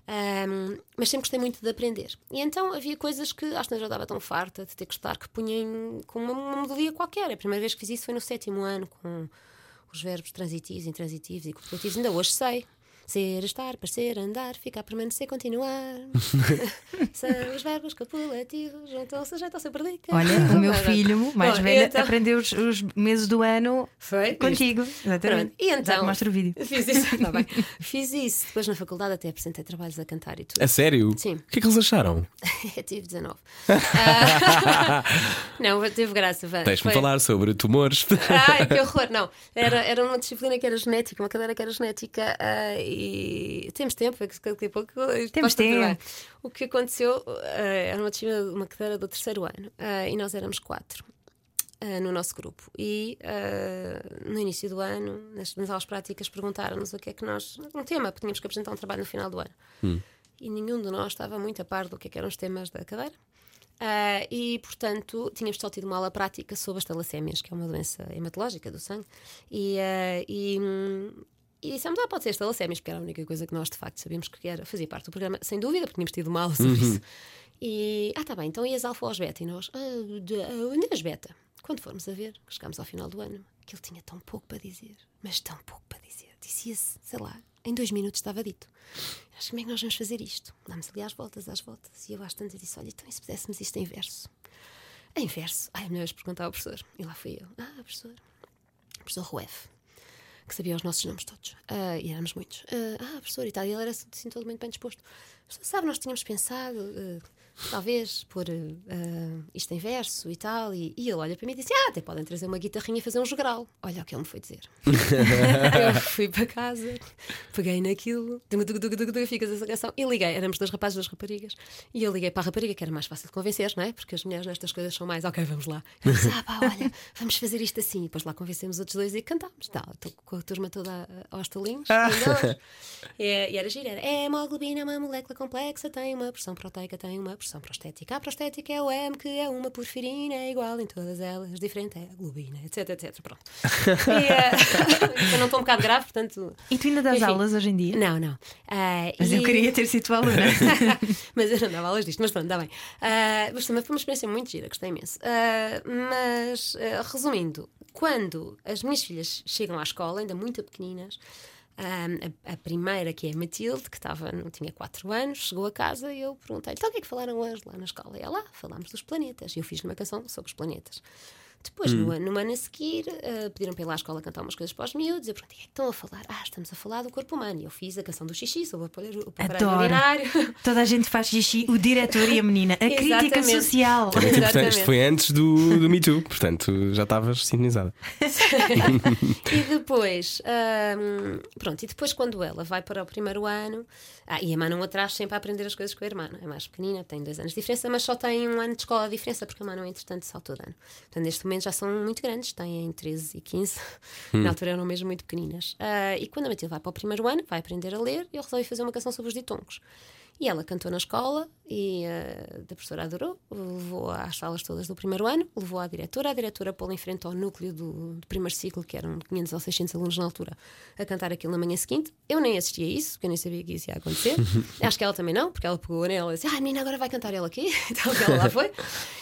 Mas sempre gostei muito de aprender. E então havia coisas que às vezes eu dava tão farta de ter que estar que punha com uma melodia qualquer. A primeira vez que fiz isso foi no 7º ano, com os verbos transitivos, intransitivos e copulativos. Ainda hoje sei. Ser, estar, parecer, andar, ficar, permanecer, continuar. São os verbos copulativos, juntam-se, já estão sempre perdidos. Olha, o meu filho mais Bom, velho então- aprendeu os meses do ano Foi? contigo. Pronto. Exatamente. E Já então, te mostro o vídeo. Fiz isso, tá bem. Fiz isso. Depois na faculdade até apresentei trabalhos a cantar e tudo. A sério? Sim. O que é que eles acharam? Tive 19. Não, teve graça. Deixa-me falar sobre tumores. Ai, que horror, não. Era uma disciplina que era genética, uma cadeira que era genética. E temos tempo, é que daqui a pouco. Temos posso fazer tempo. bem. O que aconteceu era uma cadeira do 3º ano e nós éramos 4 no nosso grupo. E no início do ano, nas aulas práticas, perguntaram-nos o que é que nós. Um tema, porque tínhamos que apresentar um trabalho no final do ano. E nenhum de nós estava muito a par do que é que eram os temas da cadeira. E, portanto, tínhamos só tido uma aula prática sobre as talassémias, que é uma doença hematológica do sangue. E dissemos, pode ser as talassémias, porque era a única coisa que nós, de facto, sabíamos que era, fazia parte do programa, sem dúvida, porque tínhamos tido uma aula sobre isso. E, tá bem, então e as alfa ou as beta? E nós, onde é as beta? Quando formos a ver, chegámos ao final do ano, que ele tinha tão pouco para dizer, mas tão pouco para dizer. Dizia-se, sei lá, em 2 minutos estava dito. Acho, como é que nós vamos fazer isto? Dámos ali às voltas. E eu às tantas disse, olha, então e se fizéssemos isto em verso? Em verso? Ai, a melhor vez perguntar ao professor. E lá fui eu. Professor Ruef. que sabia os nossos nomes todos. E éramos muitos. Professor e tal. E ele era assim todo muito bem disposto. Sabe, nós tínhamos pensado, talvez, pôr isto em verso e tal. E ele olha para mim e disse: até podem trazer uma guitarrinha e fazer um jogral. Olha o que ele me foi dizer. Eu fui para casa, peguei naquilo, ficas essa canção e liguei. Éramos 2 rapazes, 2 raparigas. E eu liguei para a rapariga, que era mais fácil de convencer, não é? Porque as mulheres nestas coisas são mais, ok, vamos lá. Eu disse: olha, vamos fazer isto assim. E depois lá convencemos os outros 2 e cantámos. Estou com a turma toda aos talinhos. E era gira. É hemoglobina, uma molécula complexa, tem uma pressão proteica, tem uma pressão prostética. A prostética é o M, que é uma porfirina, é igual em todas elas, diferente é a globina, etc, etc. Pronto. Eu não estou um bocado grave, portanto. E tu ainda dás aulas hoje em dia? Não. Mas eu queria ter sido tua aluna. Mas eu não dava aulas disto, mas pronto, dá bem. Mas também foi uma experiência muito gira, gostei imenso. Resumindo, quando as minhas filhas chegam à escola, ainda muito pequeninas, a primeira, que é a Matilde, que tinha 4 anos, chegou a casa e eu perguntei-lhe: então o que é que falaram hoje lá na escola? E ela: falámos dos planetas. E eu fiz-lhe uma canção sobre os planetas. Depois, no ano a seguir, pediram para ir lá à escola cantar umas coisas para os miúdos. Eu perguntei: o que é que estão a falar? Estamos a falar do corpo humano. E eu fiz a canção do xixi sobre o aparelho urinário. Toda a gente faz xixi, o diretor e a menina. A crítica social. É muito importante. Isto foi antes do Me Too, portanto já estavas sintonizada. E depois, pronto, e depois quando ela vai para o primeiro ano, e a Manu atrás sempre a aprender as coisas com a irmã. É mais pequenina, tem 2 anos de diferença, mas só tem 1 ano de escola de diferença, porque a Manu, entretanto, saltou de ano. Portanto, neste momento já são muito grandes, têm 13 e 15. Na altura eram mesmo muito pequeninas. E quando a Matilde vai para o primeiro ano, vai aprender a ler, eu resolvi fazer uma canção sobre os ditongos. E ela cantou na escola e a professora adorou, levou às salas todas do primeiro ano, levou à diretora. A diretora pô-la em frente ao núcleo do primeiro ciclo, que eram 500 ou 600 alunos na altura, a cantar aquilo na manhã seguinte. Eu nem assisti a isso, porque eu nem sabia que isso ia acontecer. Acho que ela também não, porque ela pegou nela e disse: menina, agora vai cantar ela aqui. Então ela lá foi.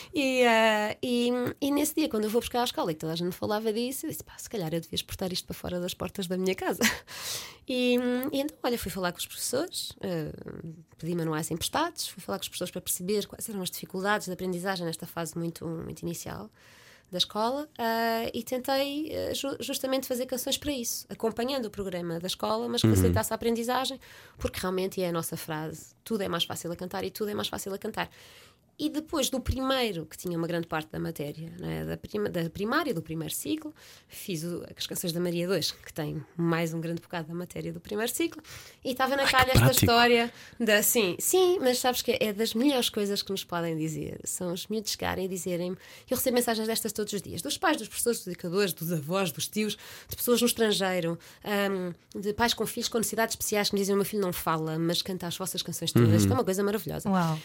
E nesse dia, quando eu vou buscar à escola e toda a gente falava disso, eu disse: se calhar eu devia exportar isto para fora das portas da minha casa. E então, olha, fui falar com os professores, pedi manuais emprestados, fui falar com os professores para perceber quais eram as dificuldades de aprendizagem nesta fase muito, muito inicial da escola, e tentei justamente fazer canções para isso, acompanhando o programa da escola, mas que facilitasse a aprendizagem, porque realmente é a nossa frase: tudo é mais fácil a cantar e tudo é mais fácil a cantar. E depois do primeiro, que tinha uma grande parte da matéria, né, da primária, do primeiro ciclo, fiz as canções da Maria 2, que tem mais um grande bocado da matéria do primeiro ciclo, e estava na calha esta história da sim, mas sabes que é das melhores coisas que nos podem dizer, são os miúdos chegarem e dizerem-me. Eu recebo mensagens destas todos os dias, dos pais, dos professores, dos educadores, dos avós, dos tios, de pessoas no estrangeiro, de pais com filhos com necessidades especiais que me dizem: o meu filho não fala, mas canta as vossas canções todas. Isto é uma coisa maravilhosa. Uau.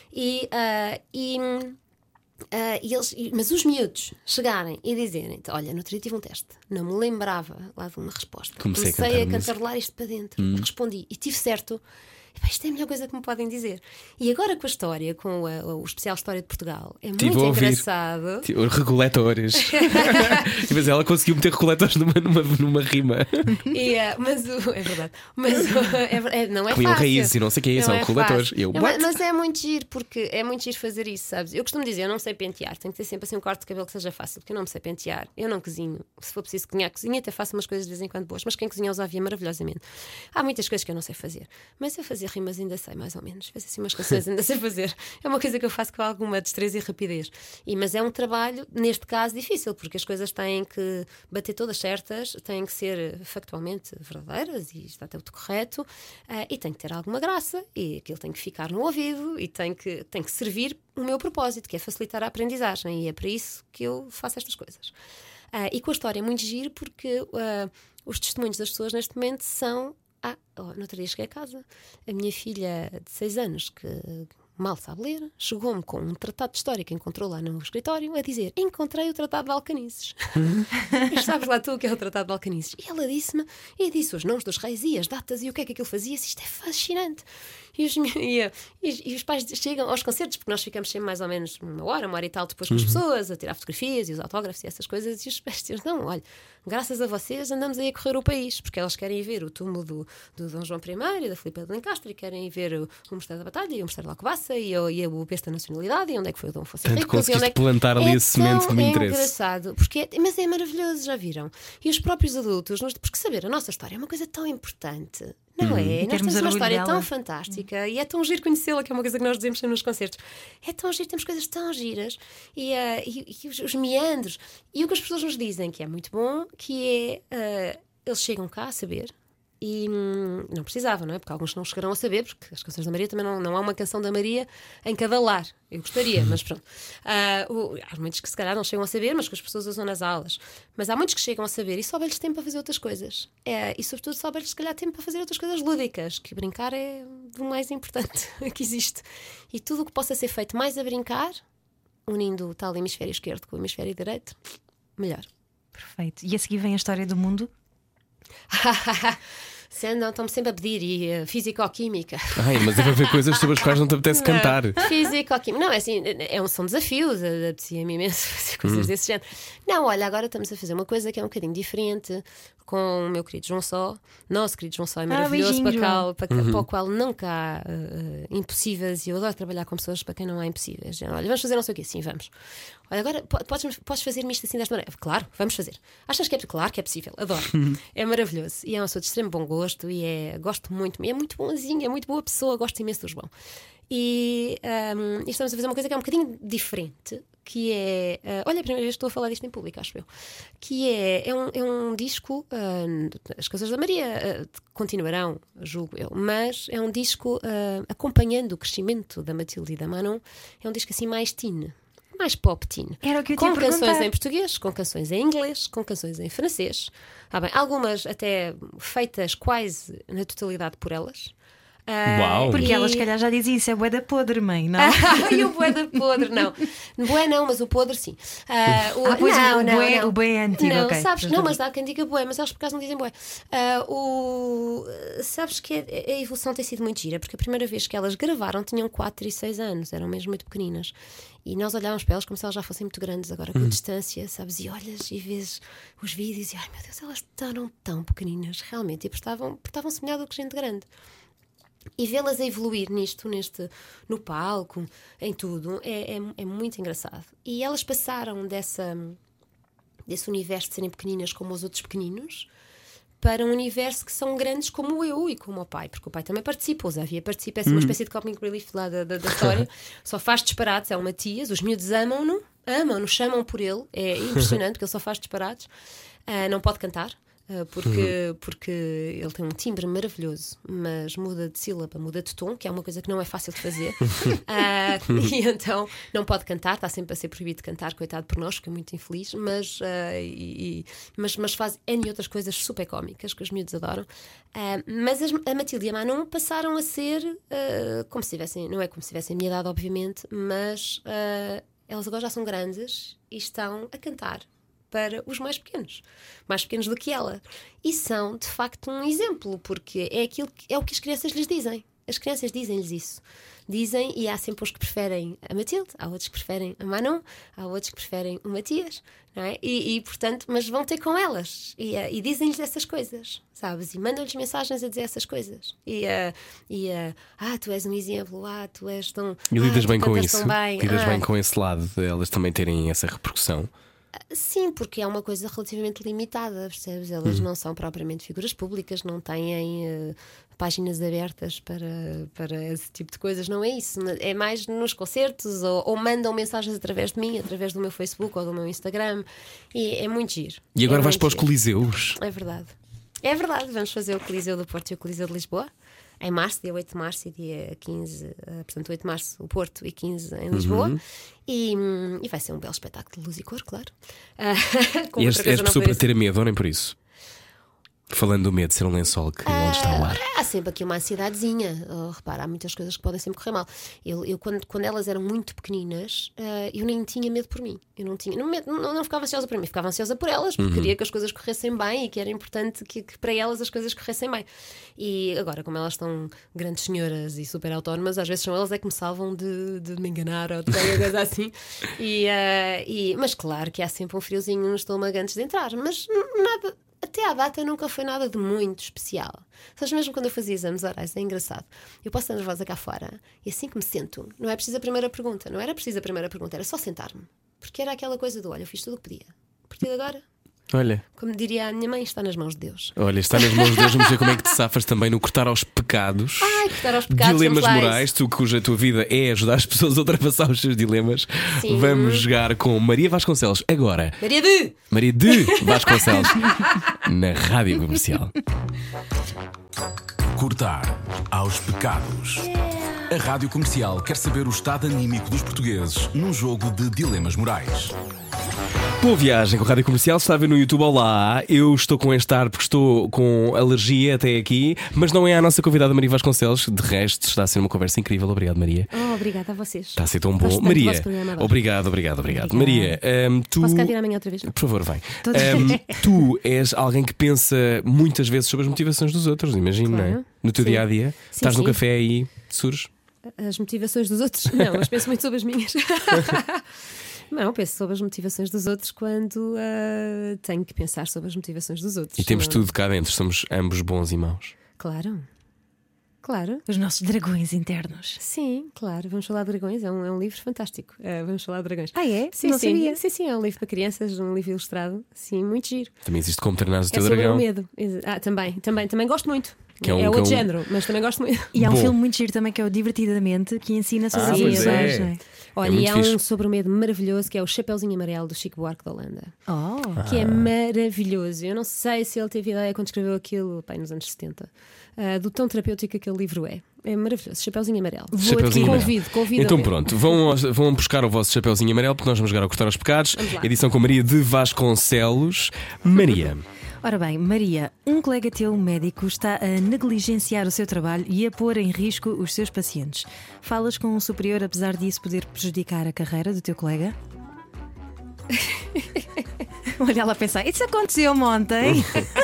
Mas os miúdos chegarem e dizerem: olha, no outro dia tive um teste, não me lembrava lá de uma resposta, comecei a cantarolar isto para dentro, respondi e tive certo. Isto é a melhor coisa que me podem dizer. E agora com a história, com o especial História de Portugal, é muito engraçado. Os recoletores. Mas ela conseguiu meter recoletores numa rima. Mas é verdade. Mas não é Comiam fácil. raízes e não sei o que é, são recoletores. Mas é muito giro, porque é muito giro fazer isso, sabes? Eu costumo dizer: eu não sei pentear, tenho que ter sempre assim um corte de cabelo que seja fácil, porque eu não me sei pentear, eu não cozinho. Se for preciso cozinhar, até faço umas coisas de vez em quando boas, mas quem cozinha os havia maravilhosamente. Há muitas coisas que eu não sei fazer, mas eu fazer rimas ainda sei, mais ou menos. Fazer assim umas canções ainda sei fazer. É uma coisa que eu faço com alguma destreza e rapidez. Mas é um trabalho, neste caso, difícil, porque as coisas têm que bater todas certas, têm que ser factualmente verdadeiras e está tudo correto, e tem que ter alguma graça, e aquilo tem que ficar no ouvido, e tem que servir o meu propósito, que é facilitar a aprendizagem, e é para isso que eu faço estas coisas. E com a história é muito giro, porque os testemunhos das pessoas neste momento são: no outro dia cheguei a casa, a minha filha de 6 anos, que mal sabe ler, chegou-me com um tratado de história que encontrou lá no escritório, a dizer: encontrei o Tratado de Alcanices. Mas sabes lá tu o que é o Tratado de Alcanices? E ela disse-me, e disse os nomes dos reis e as datas e o que é que aquilo fazia. Isto é fascinante. E os pais chegam aos concertos, porque nós ficamos sempre mais ou menos uma hora e tal depois com as pessoas, a tirar fotografias e os autógrafos e essas coisas. E os pais dizem: não, olha, graças a vocês andamos aí a correr o país, porque elas querem ver o túmulo do Dom João I e da Filipa de Lencastre, e querem ver o Mosteiro da Batalha e o Mosteiro da Alcobaça e o Besta da Nacionalidade e onde é que foi o Dom Afonso Henriques. Conseguiste plantar ali a semente de interesse. É engraçado, mas é maravilhoso, já viram? E os próprios adultos, porque saber a nossa história é uma coisa tão importante. Não é? Nós temos uma história tão fantástica e é tão giro conhecê-la, que é uma coisa que nós dizemos sempre nos concertos. É tão giro, temos coisas tão giras e os meandros. E o que as pessoas nos dizem que é muito bom, que é eles chegam cá a saber. E não precisavam, não é? Porque alguns não chegarão a saber, porque as canções da Maria também não há uma canção da Maria em cada lar. Eu gostaria, mas pronto. Há muitos que se calhar não chegam a saber, mas que as pessoas usam nas aulas. Mas há muitos que chegam a saber e sobra-lhes tempo para fazer outras coisas. E sobretudo sobra-lhes se calhar tempo para fazer outras coisas lúdicas, que brincar é o mais importante que existe. E tudo o que possa ser feito mais a brincar, unindo o tal hemisfério esquerdo com o hemisfério direito, melhor. Perfeito. E a seguir vem a história do mundo? Estão-me sempre a pedir e físico-química. Mas deve haver coisas sobre as quais não te apetece cantar. Físico-química. Não, é assim, são desafios. Apetecia-me imenso fazer coisas desse género. Não, olha, agora estamos a fazer uma coisa que é um bocadinho diferente com o meu querido João Só. Nosso querido João Só é maravilhoso, para o qual nunca há impossíveis. E eu adoro trabalhar com pessoas para quem não há impossíveis. Olha, vamos fazer não sei o quê. Sim, vamos. Olha, agora podes fazer-me isto assim desta maneira? Claro, vamos fazer. Achas que é? Claro que é possível, adoro. É maravilhoso. E é uma pessoa de extremo bom gosto e gosto muito. E é muito bonzinho, é muito boa pessoa, gosto imenso do João. E estamos a fazer uma coisa que é um bocadinho diferente, que é... olha, a primeira vez que estou a falar disto em público, acho eu. Que é um disco... as Canções da Maria continuarão, julgo eu, mas é um disco acompanhando o crescimento da Matilde e da Manon. É um disco assim mais teen, mais pop teen. Era o que eu com tinha canções em português, com canções em inglês, com canções em francês. Algumas até feitas quase na totalidade por elas. Uau. Porque elas, se calhar, já dizem isso, é bué da podre, mãe, não? E o bué da podre, não. Bué não, mas o podre sim. O bué é antigo, não, okay. Sabes, não, mas há quem diga bué, mas elas por acaso não dizem bué. Sabes que a evolução tem sido muito gira, porque a primeira vez que elas gravaram tinham 4 e 6 anos, eram mesmo muito pequeninas. E nós olhávamos para elas como se elas já fossem muito grandes, agora com a distância, sabes? E olhas e vês os vídeos e ai meu Deus, elas eram tão pequeninas, realmente, e portavam-se melhor do que gente grande. E vê-las a evoluir no palco, em tudo, é muito engraçado. E elas passaram desse universo de serem pequeninas como os outros pequeninos para um universo que são grandes como eu e como o pai, porque o pai também participa, o Xavier participa, é uma espécie de comic relief lá da história. Só faz disparates, é o Matias, os miúdos amam-no, chamam por ele, é impressionante porque ele só faz disparates, não pode cantar. Porque ele tem um timbre maravilhoso, mas muda de sílaba, muda de tom, que é uma coisa que não é fácil de fazer. E então não pode cantar, está sempre a ser proibido de cantar, coitado por nós, fica muito infeliz, mas faz N outras coisas super cómicas que os miúdos adoram. Mas a Matilde e a Manon passaram a ser como se tivessem, não é como se tivessem a minha idade, obviamente, mas elas agora já são grandes e estão a cantar para os mais pequenos do que ela. E são, de facto, um exemplo, porque é o que as crianças lhes dizem. As crianças dizem-lhes isso. Dizem, e há sempre uns que preferem a Matilde, há outros que preferem a Manon, há outros que preferem o Matias, não é? E portanto, mas vão ter com elas e dizem-lhes essas coisas, sabes? E mandam-lhes mensagens a dizer essas coisas. Tu és um exemplo, tu és tão... E lidas bem com isso? Lidas bem com esse lado de elas também terem essa repercussão? Sim, porque é uma coisa relativamente limitada, percebes? Elas não são propriamente figuras públicas, não têm páginas abertas para esse tipo de coisas, não é isso. É mais nos concertos ou mandam mensagens através de mim, através do meu Facebook ou do meu Instagram, e é muito giro. E agora vais para os Coliseus? É verdade, vamos fazer o Coliseu do Porto e o Coliseu de Lisboa em março, dia 8 de março e dia 15, portanto 8 de março o Porto e 15 em Lisboa. E vai ser um belo espetáculo de luz e cor, claro. E és pessoa para ter medo, ou nem por isso? Falando do medo de ser um lençol que onde está o ar. Há sempre aqui uma ansiedadezinha. Repara, há muitas coisas que podem sempre correr mal. Eu quando elas eram muito pequeninas, eu nem tinha medo por mim. Eu não ficava ansiosa por mim, ficava ansiosa por elas, porque queria que as coisas corressem bem e que era importante que para elas as coisas corressem bem. E agora, como elas estão grandes senhoras e super autónomas, às vezes são elas que me salvam de me enganar ou de qualquer coisa assim. Mas claro que há sempre um friozinho no estômago antes de entrar, mas nada. Até à data nunca foi nada de muito especial. Sabes, mesmo quando eu fazia exames orais, é engraçado. Eu posso estar nervosa cá fora e assim que me sento, não é preciso a primeira pergunta. Não era preciso a primeira pergunta, era só sentar-me. Porque era aquela coisa do, olha, eu fiz tudo o que podia. A partir de agora, Olha, como diria a minha mãe, está nas mãos de Deus. olha, está nas mãos de Deus. Vamos ver como é que te safas também no cortar aos pecados. Cortar aos pecados, Dilemas vamos lá, morais, tu cuja tua vida é ajudar as pessoas a ultrapassar os seus dilemas. Sim. Vamos jogar com Maria Vasconcelos agora. Maria de Vasconcelos na Rádio Comercial. Cortar aos pecados. A Rádio Comercial quer saber o estado anímico dos portugueses num jogo de dilemas morais. Boa viagem com a Rádio Comercial. Está a ver no YouTube. Olá, eu estou com este ar porque estou com alergia até aqui, mas não é a nossa convidada Maria Vasconcelos. De resto, está a ser uma conversa incrível. Obrigado, Maria. Obrigada a vocês. Está a ser tão bom. Gosto tanto do Maria, vosso programa, adoro. obrigado. Maria, tu. Posso cá vir amanhã outra vez? Por favor, vem. Tu és alguém que pensa muitas vezes sobre as motivações dos outros, imagino, Claro. não é? No teu Sim. dia a dia. Sim, Estás no sim. café e surge. As motivações dos outros? Não, mas penso muito sobre as minhas. Não, penso sobre as motivações dos outros quando tenho que pensar sobre as motivações dos outros. E temos Não- tudo cá dentro, somos ambos bons e maus. Claro. Claro. Os nossos dragões internos. Sim, claro. Vamos falar de dragões. É um livro fantástico. Vamos falar de dragões. É? Sim, Não sim. sabia. Sim, é um livro para crianças, um livro ilustrado. Sim, muito giro. Também existe como treinar o É teu sobre dragão. o medo. Também gosto muito. Que é um- outro que é um- género, mas também gosto muito. E há um Bom. filme muito giro também que é o Divertidamente, que ensina sobre pois as é. emoções, não é? Olha, muito e há fixe. um sobre o medo maravilhoso que é o Chapeuzinho Amarelo do Chico Buarque da Holanda. Oh. Que é maravilhoso. Eu não sei se ele teve ideia quando escreveu aquilo, bem, nos anos 70, do tão terapêutico que aquele livro é. É maravilhoso. Chapeuzinho Amarelo. Chapeuzinho Amarelo. Convido. Então a ler. pronto, vão buscar o vosso chapeuzinho amarelo porque nós vamos jogar ao Cortar aos Pecados. Vamos lá. Edição com Maria de Vasconcelos. Maria, Ora bem, Maria, um colega teu médico está a negligenciar o seu trabalho e a pôr em risco os seus pacientes. Falas com um superior apesar disso poder prejudicar a carreira do teu colega? Olha ela a pensar, isso aconteceu-me ontem.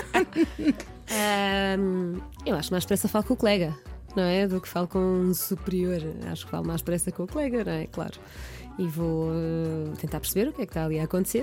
Eu acho mais pressa falo com o colega, não é? Do que falo com um superior. Acho que falo mais pressa com o colega, não é? Claro. E vou tentar perceber o que é que está ali a acontecer.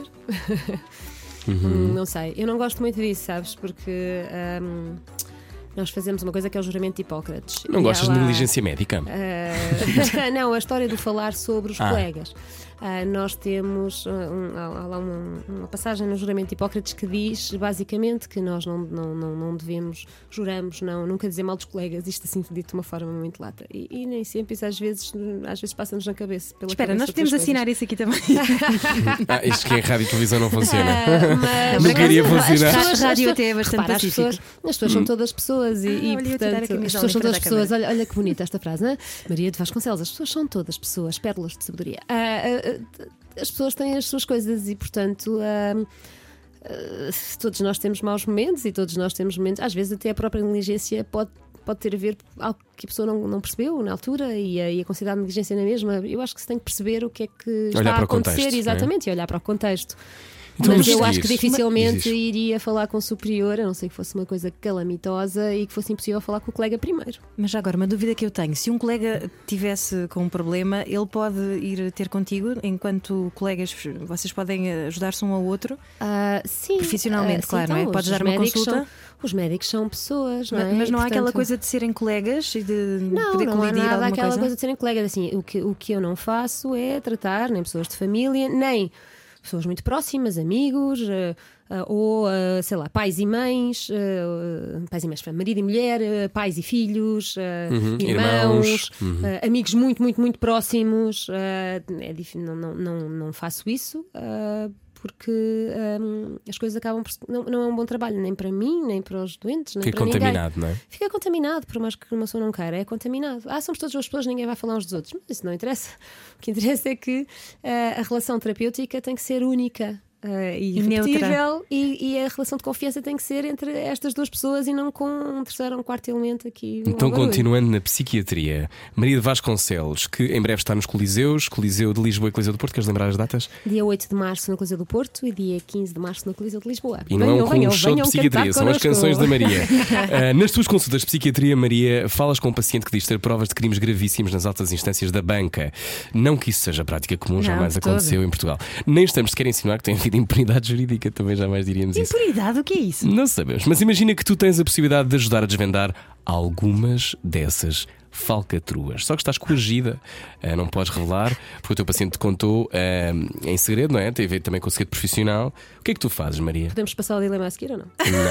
Não sei. Eu não gosto muito disso, sabes? Porque nós fazemos uma coisa que é o juramento de Hipócrates. não E gostas há de lá- negligência médica? Não, a história do falar sobre os colegas. Nós temos há lá uma passagem no juramento de Hipócrates que diz basicamente que nós não devemos, juramos, nunca dizer mal dos colegas, isto assim dito de uma forma muito lata. E nem sempre, isso às vezes passa-nos na cabeça. Espera, nós podemos assinar isso aqui também. Isto que em rádio e televisão não funciona. Mas Não queria as funcionar. pessoas- Rádio as até é bastante repara, as pacífico. pessoas são todas pessoas e olha, eu ia tirar a portanto, as camisola pessoas são em todas frente à pessoas. Olha que bonita esta frase, não é? Maria de Vasconcelos, as pessoas são todas pessoas, pérolas de sabedoria. As pessoas têm as suas coisas e, portanto, todos nós temos maus momentos e todos nós temos momentos. Às vezes, até a própria negligência pode ter a ver com algo que a pessoa não percebeu na altura e a considerar negligência na mesma. Eu acho que se tem que perceber o que é que está Olhar a para o acontecer, contexto, exatamente, e olhar para o contexto. Então, Mas vamos eu acho seguir. que dificilmente Diz. iria falar com o superior, a não ser que fosse uma coisa calamitosa e que fosse impossível falar com o colega primeiro. Mas já agora, uma dúvida que eu tenho: se um colega tivesse com um problema, ele pode ir ter contigo enquanto colegas, vocês podem ajudar-se um ao outro? Sim, Profissionalmente, claro, não é? então, Podes os dar uma médicos consulta? Os médicos são pessoas, não é? Mas não há aquela Portanto, coisa de serem colegas e de poder não há colidir nada alguma aquela coisa? coisa de serem colegas. Assim, o que eu não faço é tratar nem pessoas de família, nem pessoas muito próximas, amigos, ou sei lá, pais e mães, marido e mulher, pais e filhos, irmãos, amigos muito, muito, muito próximos. É difícil, não faço isso. Porque as coisas acabam por. Não é um bom trabalho, nem para mim, nem para os doentes, nem Fica para ninguém. contaminado, não é? Fica contaminado, por mais que uma pessoa não queira, é contaminado. Somos todas duas pessoas, ninguém vai falar uns dos outros. Mas isso não interessa. O que interessa é que a relação terapêutica tem que ser única. e irrepetível, e a relação de confiança tem que ser entre estas duas pessoas e não com um terceiro ou um quarto elemento aqui. Então, continuando na psiquiatria, Maria de Vasconcelos, que em breve está nos Coliseus, Coliseu de Lisboa e Coliseu do Porto, queres lembrar as datas? Dia 8 de março no Coliseu do Porto e dia 15 de março no Coliseu de Lisboa. E não é um show de psiquiatria, são as canções da Maria. Nas tuas consultas de psiquiatria, Maria, falas com um paciente que diz ter provas de crimes gravíssimos nas altas instâncias da banca. Não que isso seja prática comum, jamais aconteceu em Portugal. Nem estamos sequer a insinuar que tem havido impunidade jurídica, também jamais diríamos isso. Impunidade, o que é isso? Não sabemos, mas imagina que tu tens a possibilidade de ajudar a desvendar algumas dessas falcatruas. Só que estás coagida, não podes revelar, porque o teu paciente te contou em segredo, não é? Tem a ver também com o segredo profissional. O que é que tu fazes, Maria? Podemos passar o dilema a seguir ou não?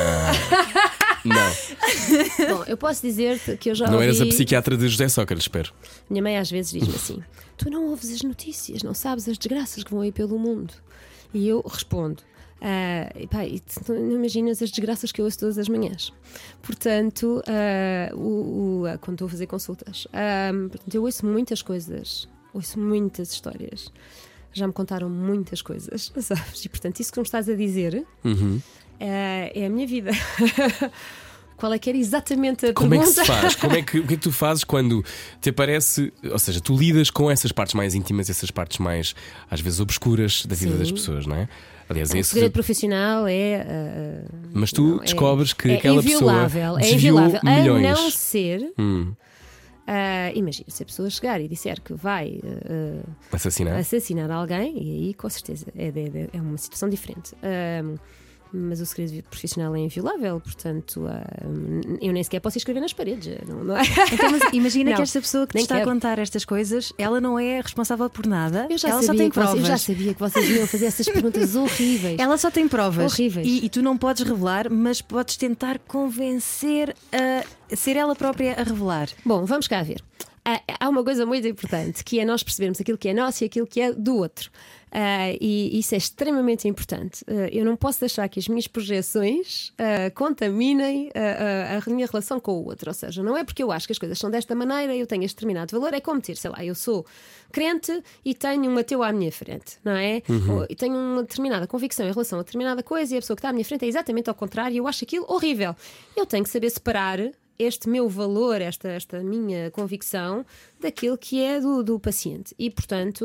Não. Bom, eu posso dizer-te que eu já Não ouvi... eras a psiquiatra de José Sócrates, espero. Minha mãe às vezes diz-me assim: tu não ouves as notícias, não sabes as desgraças que vão aí pelo mundo. E eu respondo: tu não imaginas as desgraças que eu ouço todas as manhãs. Portanto, quando estou a fazer consultas, portanto, eu ouço muitas coisas, ouço muitas histórias. Já me contaram muitas coisas, sabes? E portanto, isso que me estás a dizer é a minha vida. Qual é que era exatamente a Como pergunta? é que se faz? O que é que tu fazes quando te aparece? Ou seja, tu lidas com essas partes mais íntimas, essas partes mais, às vezes, obscuras da vida das pessoas, não é? Aliás, O segredo profissional é. Mas tu descobres que aquela inviolável, pessoa desviou milhões. A não ser. Imagina, se a pessoa chegar e disser que vai assassinar alguém, e aí com certeza é uma situação diferente. Mas o segredo profissional é inviolável, portanto, eu nem sequer posso escrever nas paredes. Não é? Então, mas imagina Não, que esta pessoa que te nem está quero. a contar estas coisas, ela não é responsável por nada. Ela só sabia tem que vocês, provas. eu já sabia que vocês iam fazer essas perguntas horríveis. Ela só tem provas. Horríveis. E tu não podes revelar, mas podes tentar convencer a ser ela própria a revelar. Bom, vamos cá ver. Há uma coisa muito importante, que é nós percebermos aquilo que é nosso e aquilo que é do outro. E isso é extremamente importante. Eu não posso deixar que as minhas projeções contaminem a minha relação com o outro. Ou seja, não é porque eu acho que as coisas são desta maneira, eu tenho este determinado valor, é como ter, sei lá, eu sou crente e tenho um ateu à minha frente, não é? Ou, e tenho uma determinada convicção em relação a determinada coisa e a pessoa que está à minha frente é exatamente ao contrário e eu acho aquilo horrível. Eu tenho que saber separar este meu valor, esta minha convicção daquilo que é do paciente. E, portanto,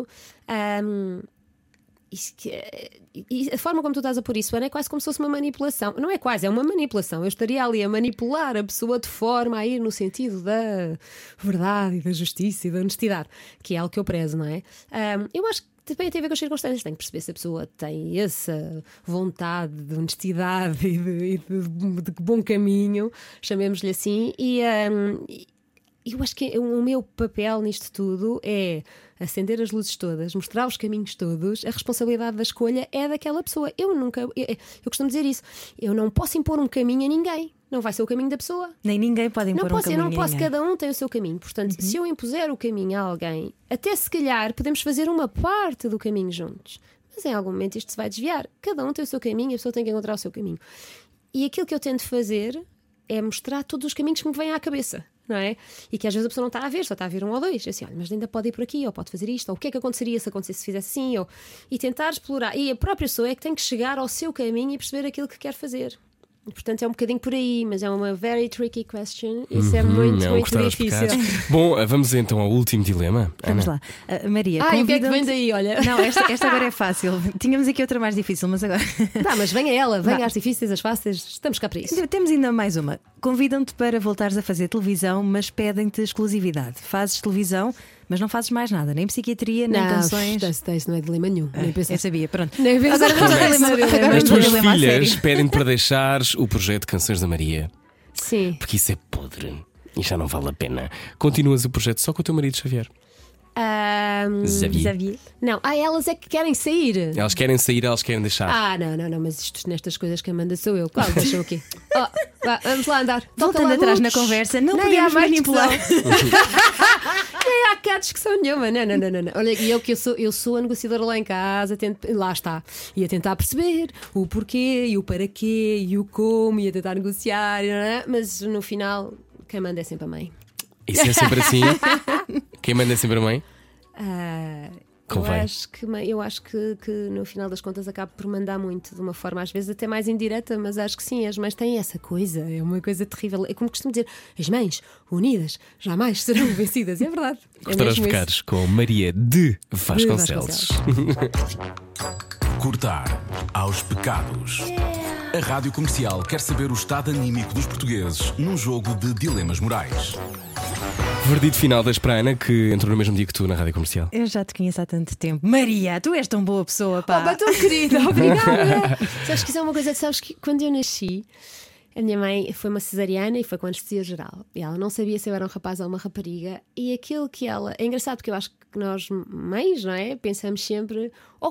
e a forma como tu estás a pôr isso, Ana, é quase como se fosse uma manipulação. Não é quase, é uma manipulação. Eu estaria ali a manipular a pessoa de forma a ir no sentido da verdade e da justiça e da honestidade, que é algo que eu prezo, não é? Eu acho que também tem a ver com as circunstâncias. Tem que perceber se a pessoa tem essa vontade de honestidade e de bom caminho, chamemos-lhe assim. E eu acho que o meu papel nisto tudo é acender as luzes todas, mostrar os caminhos todos. A responsabilidade da escolha é daquela pessoa. Eu costumo dizer isso. Eu não posso impor um caminho a ninguém. Não vai ser o caminho da pessoa. Nem ninguém pode impor um caminho. Eu não posso, cada um tem o seu caminho. Portanto, se eu impuser o caminho a alguém, até se calhar podemos fazer uma parte do caminho juntos. Mas em algum momento isto se vai desviar. Cada um tem o seu caminho e a pessoa tem que encontrar o seu caminho. E aquilo que eu tento fazer é mostrar todos os caminhos que me vêm à cabeça, não é? E que às vezes a pessoa não está a ver, só está a ver um ou dois. Assim, olha, mas ainda pode ir por aqui, ou pode fazer isto, ou o que é que aconteceria se acontecesse, se fizesse assim, e tentar explorar. E a própria pessoa é que tem que chegar ao seu caminho e perceber aquilo que quer fazer. E, portanto, é um bocadinho por aí, mas é uma very tricky question. Isso é muito difícil. Bom, vamos então ao último dilema. Vamos Ana. lá. Maria, o que é que vem daí? Olha. Não, esta agora é fácil. Tínhamos aqui outra mais difícil, mas agora. Tá, mas venha ela, venha as difíceis, as fáceis, estamos cá para isso. Temos ainda mais uma. Convidam-te para voltares a fazer televisão, mas pedem-te exclusividade. Fazes televisão, mas não fazes mais nada, nem psiquiatria, nem canções. Isso não é dilema nenhum. Eu sabia, pronto. Nem pensar. As tuas filhas pedem-te para deixares o projeto Canções da Maria. Sim. Porque isso é podre e já não vale a pena. Continuas o projeto só com o teu marido Xavier. Xavier. Não, elas é que querem sair. Elas querem sair, elas querem deixar. Não, mas isto nestas coisas quem manda sou eu. Claro, deixou o quê? Vamos lá andar. Voltando atrás na conversa, não podemos manipular. Nem há cá discussão nenhuma. Não. Olha, e eu sou a negociadora lá em casa, lá está. E a tentar perceber o porquê e o para quê e o como, e a tentar negociar, mas no final, quem manda é sempre a mãe. Isso é sempre assim? Quem manda é sempre a mãe? Convém. Eu acho que no final das contas acaba por mandar muito, de uma forma às vezes até mais indireta, mas acho que sim, as mães têm essa coisa, é uma coisa terrível. É como costumo dizer, as mães unidas jamais serão vencidas, é verdade. Cortar aos pecados com Maria de Vasconcelos. Cortar aos pecados. A Rádio Comercial quer saber o estado anímico dos portugueses num jogo de dilemas morais. Verdito final da Ana, que entrou no mesmo dia que tu na Rádio Comercial. Eu já te conheço há tanto tempo. Maria, tu és tão boa pessoa, pá. Opa, tão querida, obrigada. Sabes que isso é uma coisa, sabes que quando eu nasci, a minha mãe foi uma cesariana e foi com anestesia geral. E ela não sabia se eu era um rapaz ou uma rapariga. E aquilo que ela. É engraçado porque eu acho que nós, mães, não é? Pensamos sempre.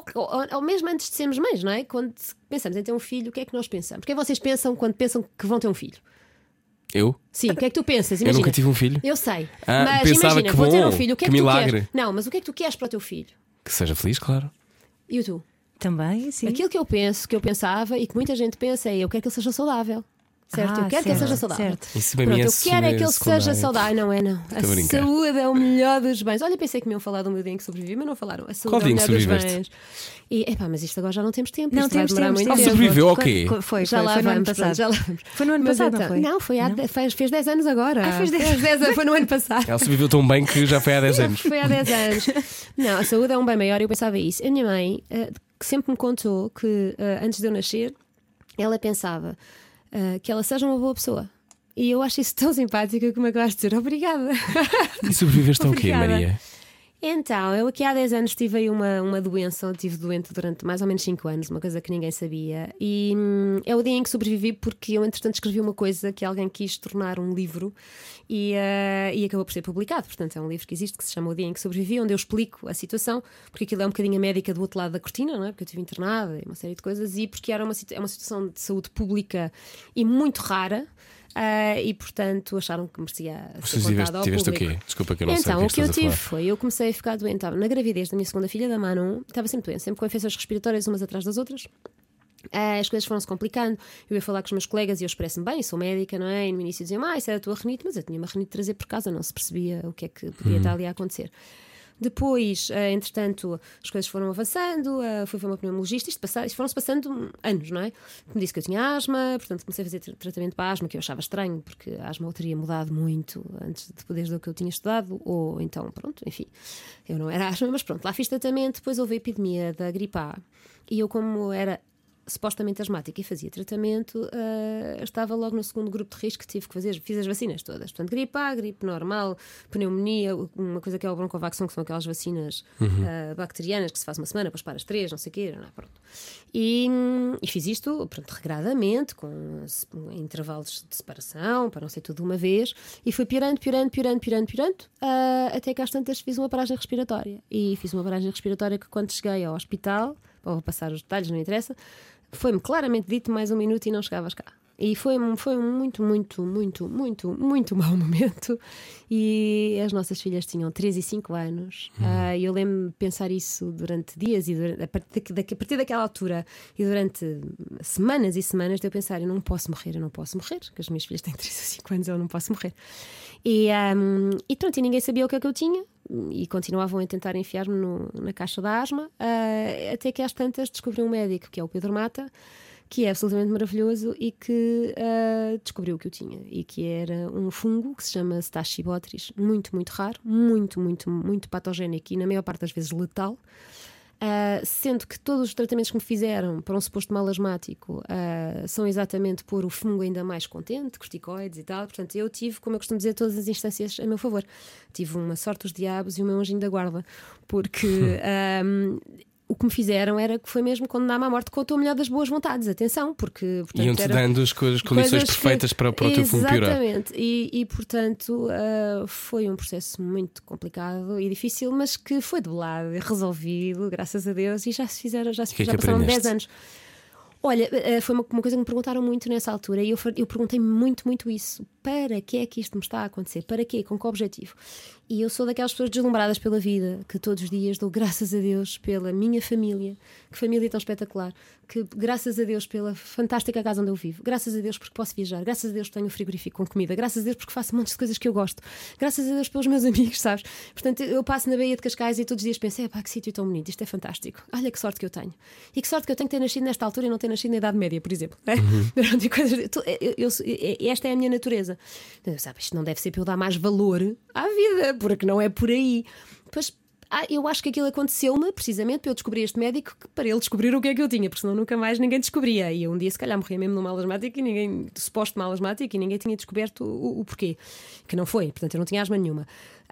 Ou mesmo antes de sermos mães, não é? Quando pensamos em ter um filho, o que é que nós pensamos? O que é que vocês pensam quando pensam que vão ter um filho? Eu? Sim, o que é que tu pensas? Imagina, eu nunca tive um filho. Eu sei. Mas pensava imagina, que vou ter um filho, o que é que tu milagre. queres? Não, mas o que é que tu queres para o teu filho? Que seja feliz, claro. E tu? Também, sim. Aquilo que eu penso, que eu pensava e que muita gente pensa é: eu quero que ele seja saudável. Certo? Eu quero que ele seja saudável. Certo. Isso Pronto, eu quero é que ele secundário. seja saudável. Não é, não. A saúde é o melhor dos bens. Olha, pensei que me iam falar do meu dia em que sobrevivi, mas não falaram. A saúde Qual é o dia melhor que dos sobreviveste? bens. E, epá, mas isto agora já não temos tempo. Não Isto vai temos demorar tempo. muito tempo. Sobreviveu ao quê? Foi Já lá no ano vamos, passado. pronto, já lá vamos. Foi no ano Mas passado, então, não foi? Não, fez 10 anos agora. fez 10 foi no ano passado. Ela sobreviveu tão bem que já foi há 10 anos. Foi há 10 anos. Não, a saúde é um bem maior. Eu pensava isso. A minha mãe, que sempre me contou que antes de eu nascer, ela pensava que ela seja uma boa pessoa. E eu acho isso tão simpático que me acabaste de dizer obrigada. E sobreviveste ao quê, Obrigada. Maria? Então, eu aqui há 10 anos tive aí uma doença, estive doente durante mais ou menos 5 anos, uma coisa que ninguém sabia. E é o dia em que sobrevivi porque eu, entretanto, escrevi uma coisa que alguém quis tornar um livro e acabou por ser publicado. Portanto, é um livro que existe que se chama O Dia em que Sobrevivi, onde eu explico a situação, porque aquilo é um bocadinho a médica do outro lado da cortina, não é? Porque eu estive internada e uma série de coisas, e porque é uma situação de saúde pública e muito rara. E portanto acharam que merecia ser contada ao tiveste público. o quê? Desculpa que eu não sei Então, o que eu estás a tive falar. foi, eu comecei a ficar doente, estava na gravidez da minha segunda filha, da Manu, estava sempre doente, sempre com infecções respiratórias umas atrás das outras. As coisas foram-se complicando. Eu ia falar com os meus colegas e eu expresso-me bem, sou médica, não é? E no início diziam, isso era a tua renite, mas eu tinha uma renite de trazer por casa, não se percebia o que é que podia estar ali a acontecer. Depois, entretanto, as coisas foram avançando, fui ver uma pneumologista, isto foram-se passando anos, não é? Me disse que eu tinha asma, portanto comecei a fazer tratamento para a asma, que eu achava estranho, porque a asma teria mudado muito antes de poderes do que eu tinha estudado, ou então, pronto, enfim, eu não era asma, mas pronto, lá fiz tratamento, depois houve a epidemia da gripe A, e eu, como era supostamente asmática e fazia tratamento, estava logo no segundo grupo de risco que tive que fazer, fiz as vacinas todas. Portanto, gripe A, gripe normal, pneumonia, uma coisa que é o broncovaxon, que são aquelas vacinas bacterianas que se faz uma semana, depois paras 3, não sei o quê, pronto. E fiz isto, pronto, regradamente, com intervalos de separação, para não ser tudo de uma vez, e fui piorando, até que às tantas fiz uma paragem respiratória. E fiz uma paragem respiratória que, quando cheguei ao hospital, vou passar os detalhes, não interessa, foi-me claramente dito mais 1 minuto e não chegavas cá. E foi um muito mau momento. E as nossas filhas tinham 3 e 5 anos. E eu lembro-me de pensar isso durante dias, e a partir daquela altura, e durante semanas e semanas, de eu pensar: eu não posso morrer, que as minhas filhas têm 3 ou 5 anos, eu não posso morrer. E pronto, e ninguém sabia o que é que eu tinha. E continuavam a tentar enfiar-me na caixa da asma, até que às tantas descobri um médico, que é o Pedro Mata, que é absolutamente maravilhoso e que descobriu o que eu tinha, e que era um fungo que se chama Stachybotrys, muito raro, muito patogénico e na maior parte das vezes letal. Sendo que todos os tratamentos que me fizeram para um suposto mal asmático são exatamente pôr o fungo ainda mais contente, corticoides e tal. Portanto, eu tive, como eu costumo dizer, todas as instâncias a meu favor. Tive uma sorte dos diabos e o meu anjinho da guarda, porque o que me fizeram foi mesmo condenar-me à morte com o melhor das boas vontades. Atenção, porque iam-te dando as condições perfeitas para o teu fungo piorar. Exatamente, e portanto foi um processo muito complicado e difícil, mas que foi debelado e resolvido, graças a Deus, e já passaram 10 anos. Olha, foi uma coisa que me perguntaram muito nessa altura, e eu perguntei muito isso. para que é que isto me está a acontecer? Para quê? Com que objetivo? E eu sou daquelas pessoas deslumbradas pela vida, que todos os dias dou graças a Deus pela minha família, que família tão espetacular, que graças a Deus pela fantástica casa onde eu vivo, graças a Deus porque posso viajar, graças a Deus porque tenho um frigorífico com comida, graças a Deus porque faço montes de coisas que eu gosto, graças a Deus pelos meus amigos, sabes? Portanto, eu passo na Baía de Cascais e todos os dias penso, pá, que sítio tão bonito, isto é fantástico, olha que sorte que eu tenho. E que sorte que eu tenho de ter nascido nesta altura e não ter nascido na Idade Média, por exemplo. Esta é a minha natureza. Sabe, isto não deve ser para eu dar mais valor à vida, porque não é por aí. Pois, eu acho que aquilo aconteceu-me precisamente para eu descobrir este médico, para ele descobrir o que é que eu tinha, porque senão nunca mais ninguém descobria. E eu um dia, se calhar, morria mesmo num mal asmático e ninguém, suposto mal asmático, e ninguém tinha descoberto o porquê. Que não foi, portanto, eu não tinha asma nenhuma.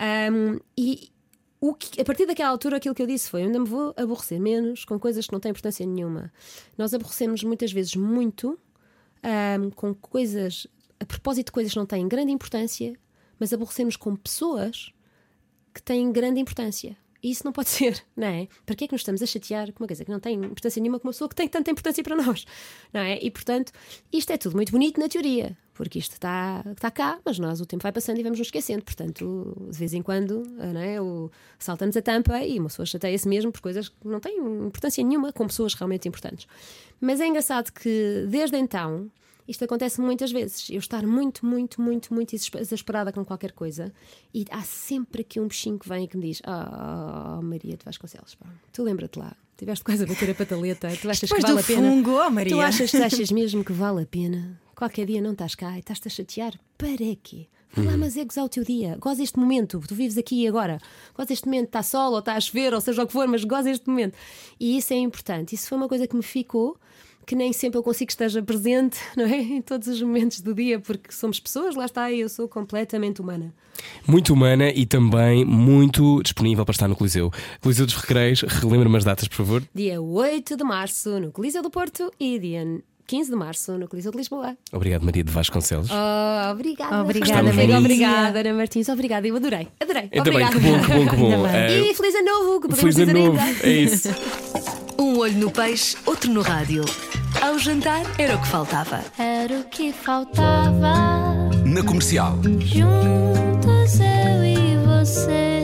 A partir daquela altura, aquilo que eu disse foi: eu ainda me vou aborrecer menos com coisas que não têm importância nenhuma. Nós aborrecemos muitas vezes muito com coisas, a propósito de coisas que não têm grande importância, mas aborrecemos com pessoas que têm grande importância. E isso não pode ser, não é? Para que é que nos estamos a chatear com uma coisa que não tem importância nenhuma com uma pessoa que tem tanta importância para nós, não é? E portanto, isto é tudo muito bonito na teoria, porque isto está cá, mas nós o tempo vai passando e vamos nos esquecendo. Portanto, de vez em quando, não é? Saltamos a tampa e uma pessoa chateia-se mesmo por coisas que não têm importância nenhuma com pessoas realmente importantes. Mas é engraçado que desde então isto acontece muitas vezes. Eu estar muito exasperada com qualquer coisa e há sempre aqui um bichinho que vem e que me diz: Maria de Vasconcelos, pá, tu lembra-te lá, tiveste quase a bater a pataleta, tu achas depois que vale do a pena? fungo, Maria. Tu achas mesmo que vale a pena? Qualquer dia não estás cá e estás-te a chatear? Para quê? Vai lá, mas é gozar o teu dia. Goza este momento, tu vives aqui e agora. Goza este momento, está sol ou está a chover, ou seja o que for, mas goza este momento. E isso é importante. Isso foi uma coisa que me ficou, que nem sempre eu consigo que esteja presente, não é? Em todos os momentos do dia, porque somos pessoas, lá está, e eu sou completamente humana. Muito humana e também muito disponível para estar no Coliseu. Coliseu dos Recreios, relembra-me as datas, por favor. Dia 8 de março no Coliseu do Porto e dia 15 de março no Coliseu de Lisboa. Obrigado, Maria de Vasconcelos. Obrigada. Obrigada, Maria. Obrigada, Ana Martins. Obrigada, eu adorei. Ainda bem, Obrigada. que bom. E feliz ano novo, que podemos Feliz ano dizer novo, ainda. é isso. Um olho no peixe, outro no rádio. Ao jantar era o que faltava. Era o que faltava. Na Comercial. Juntos eu e você.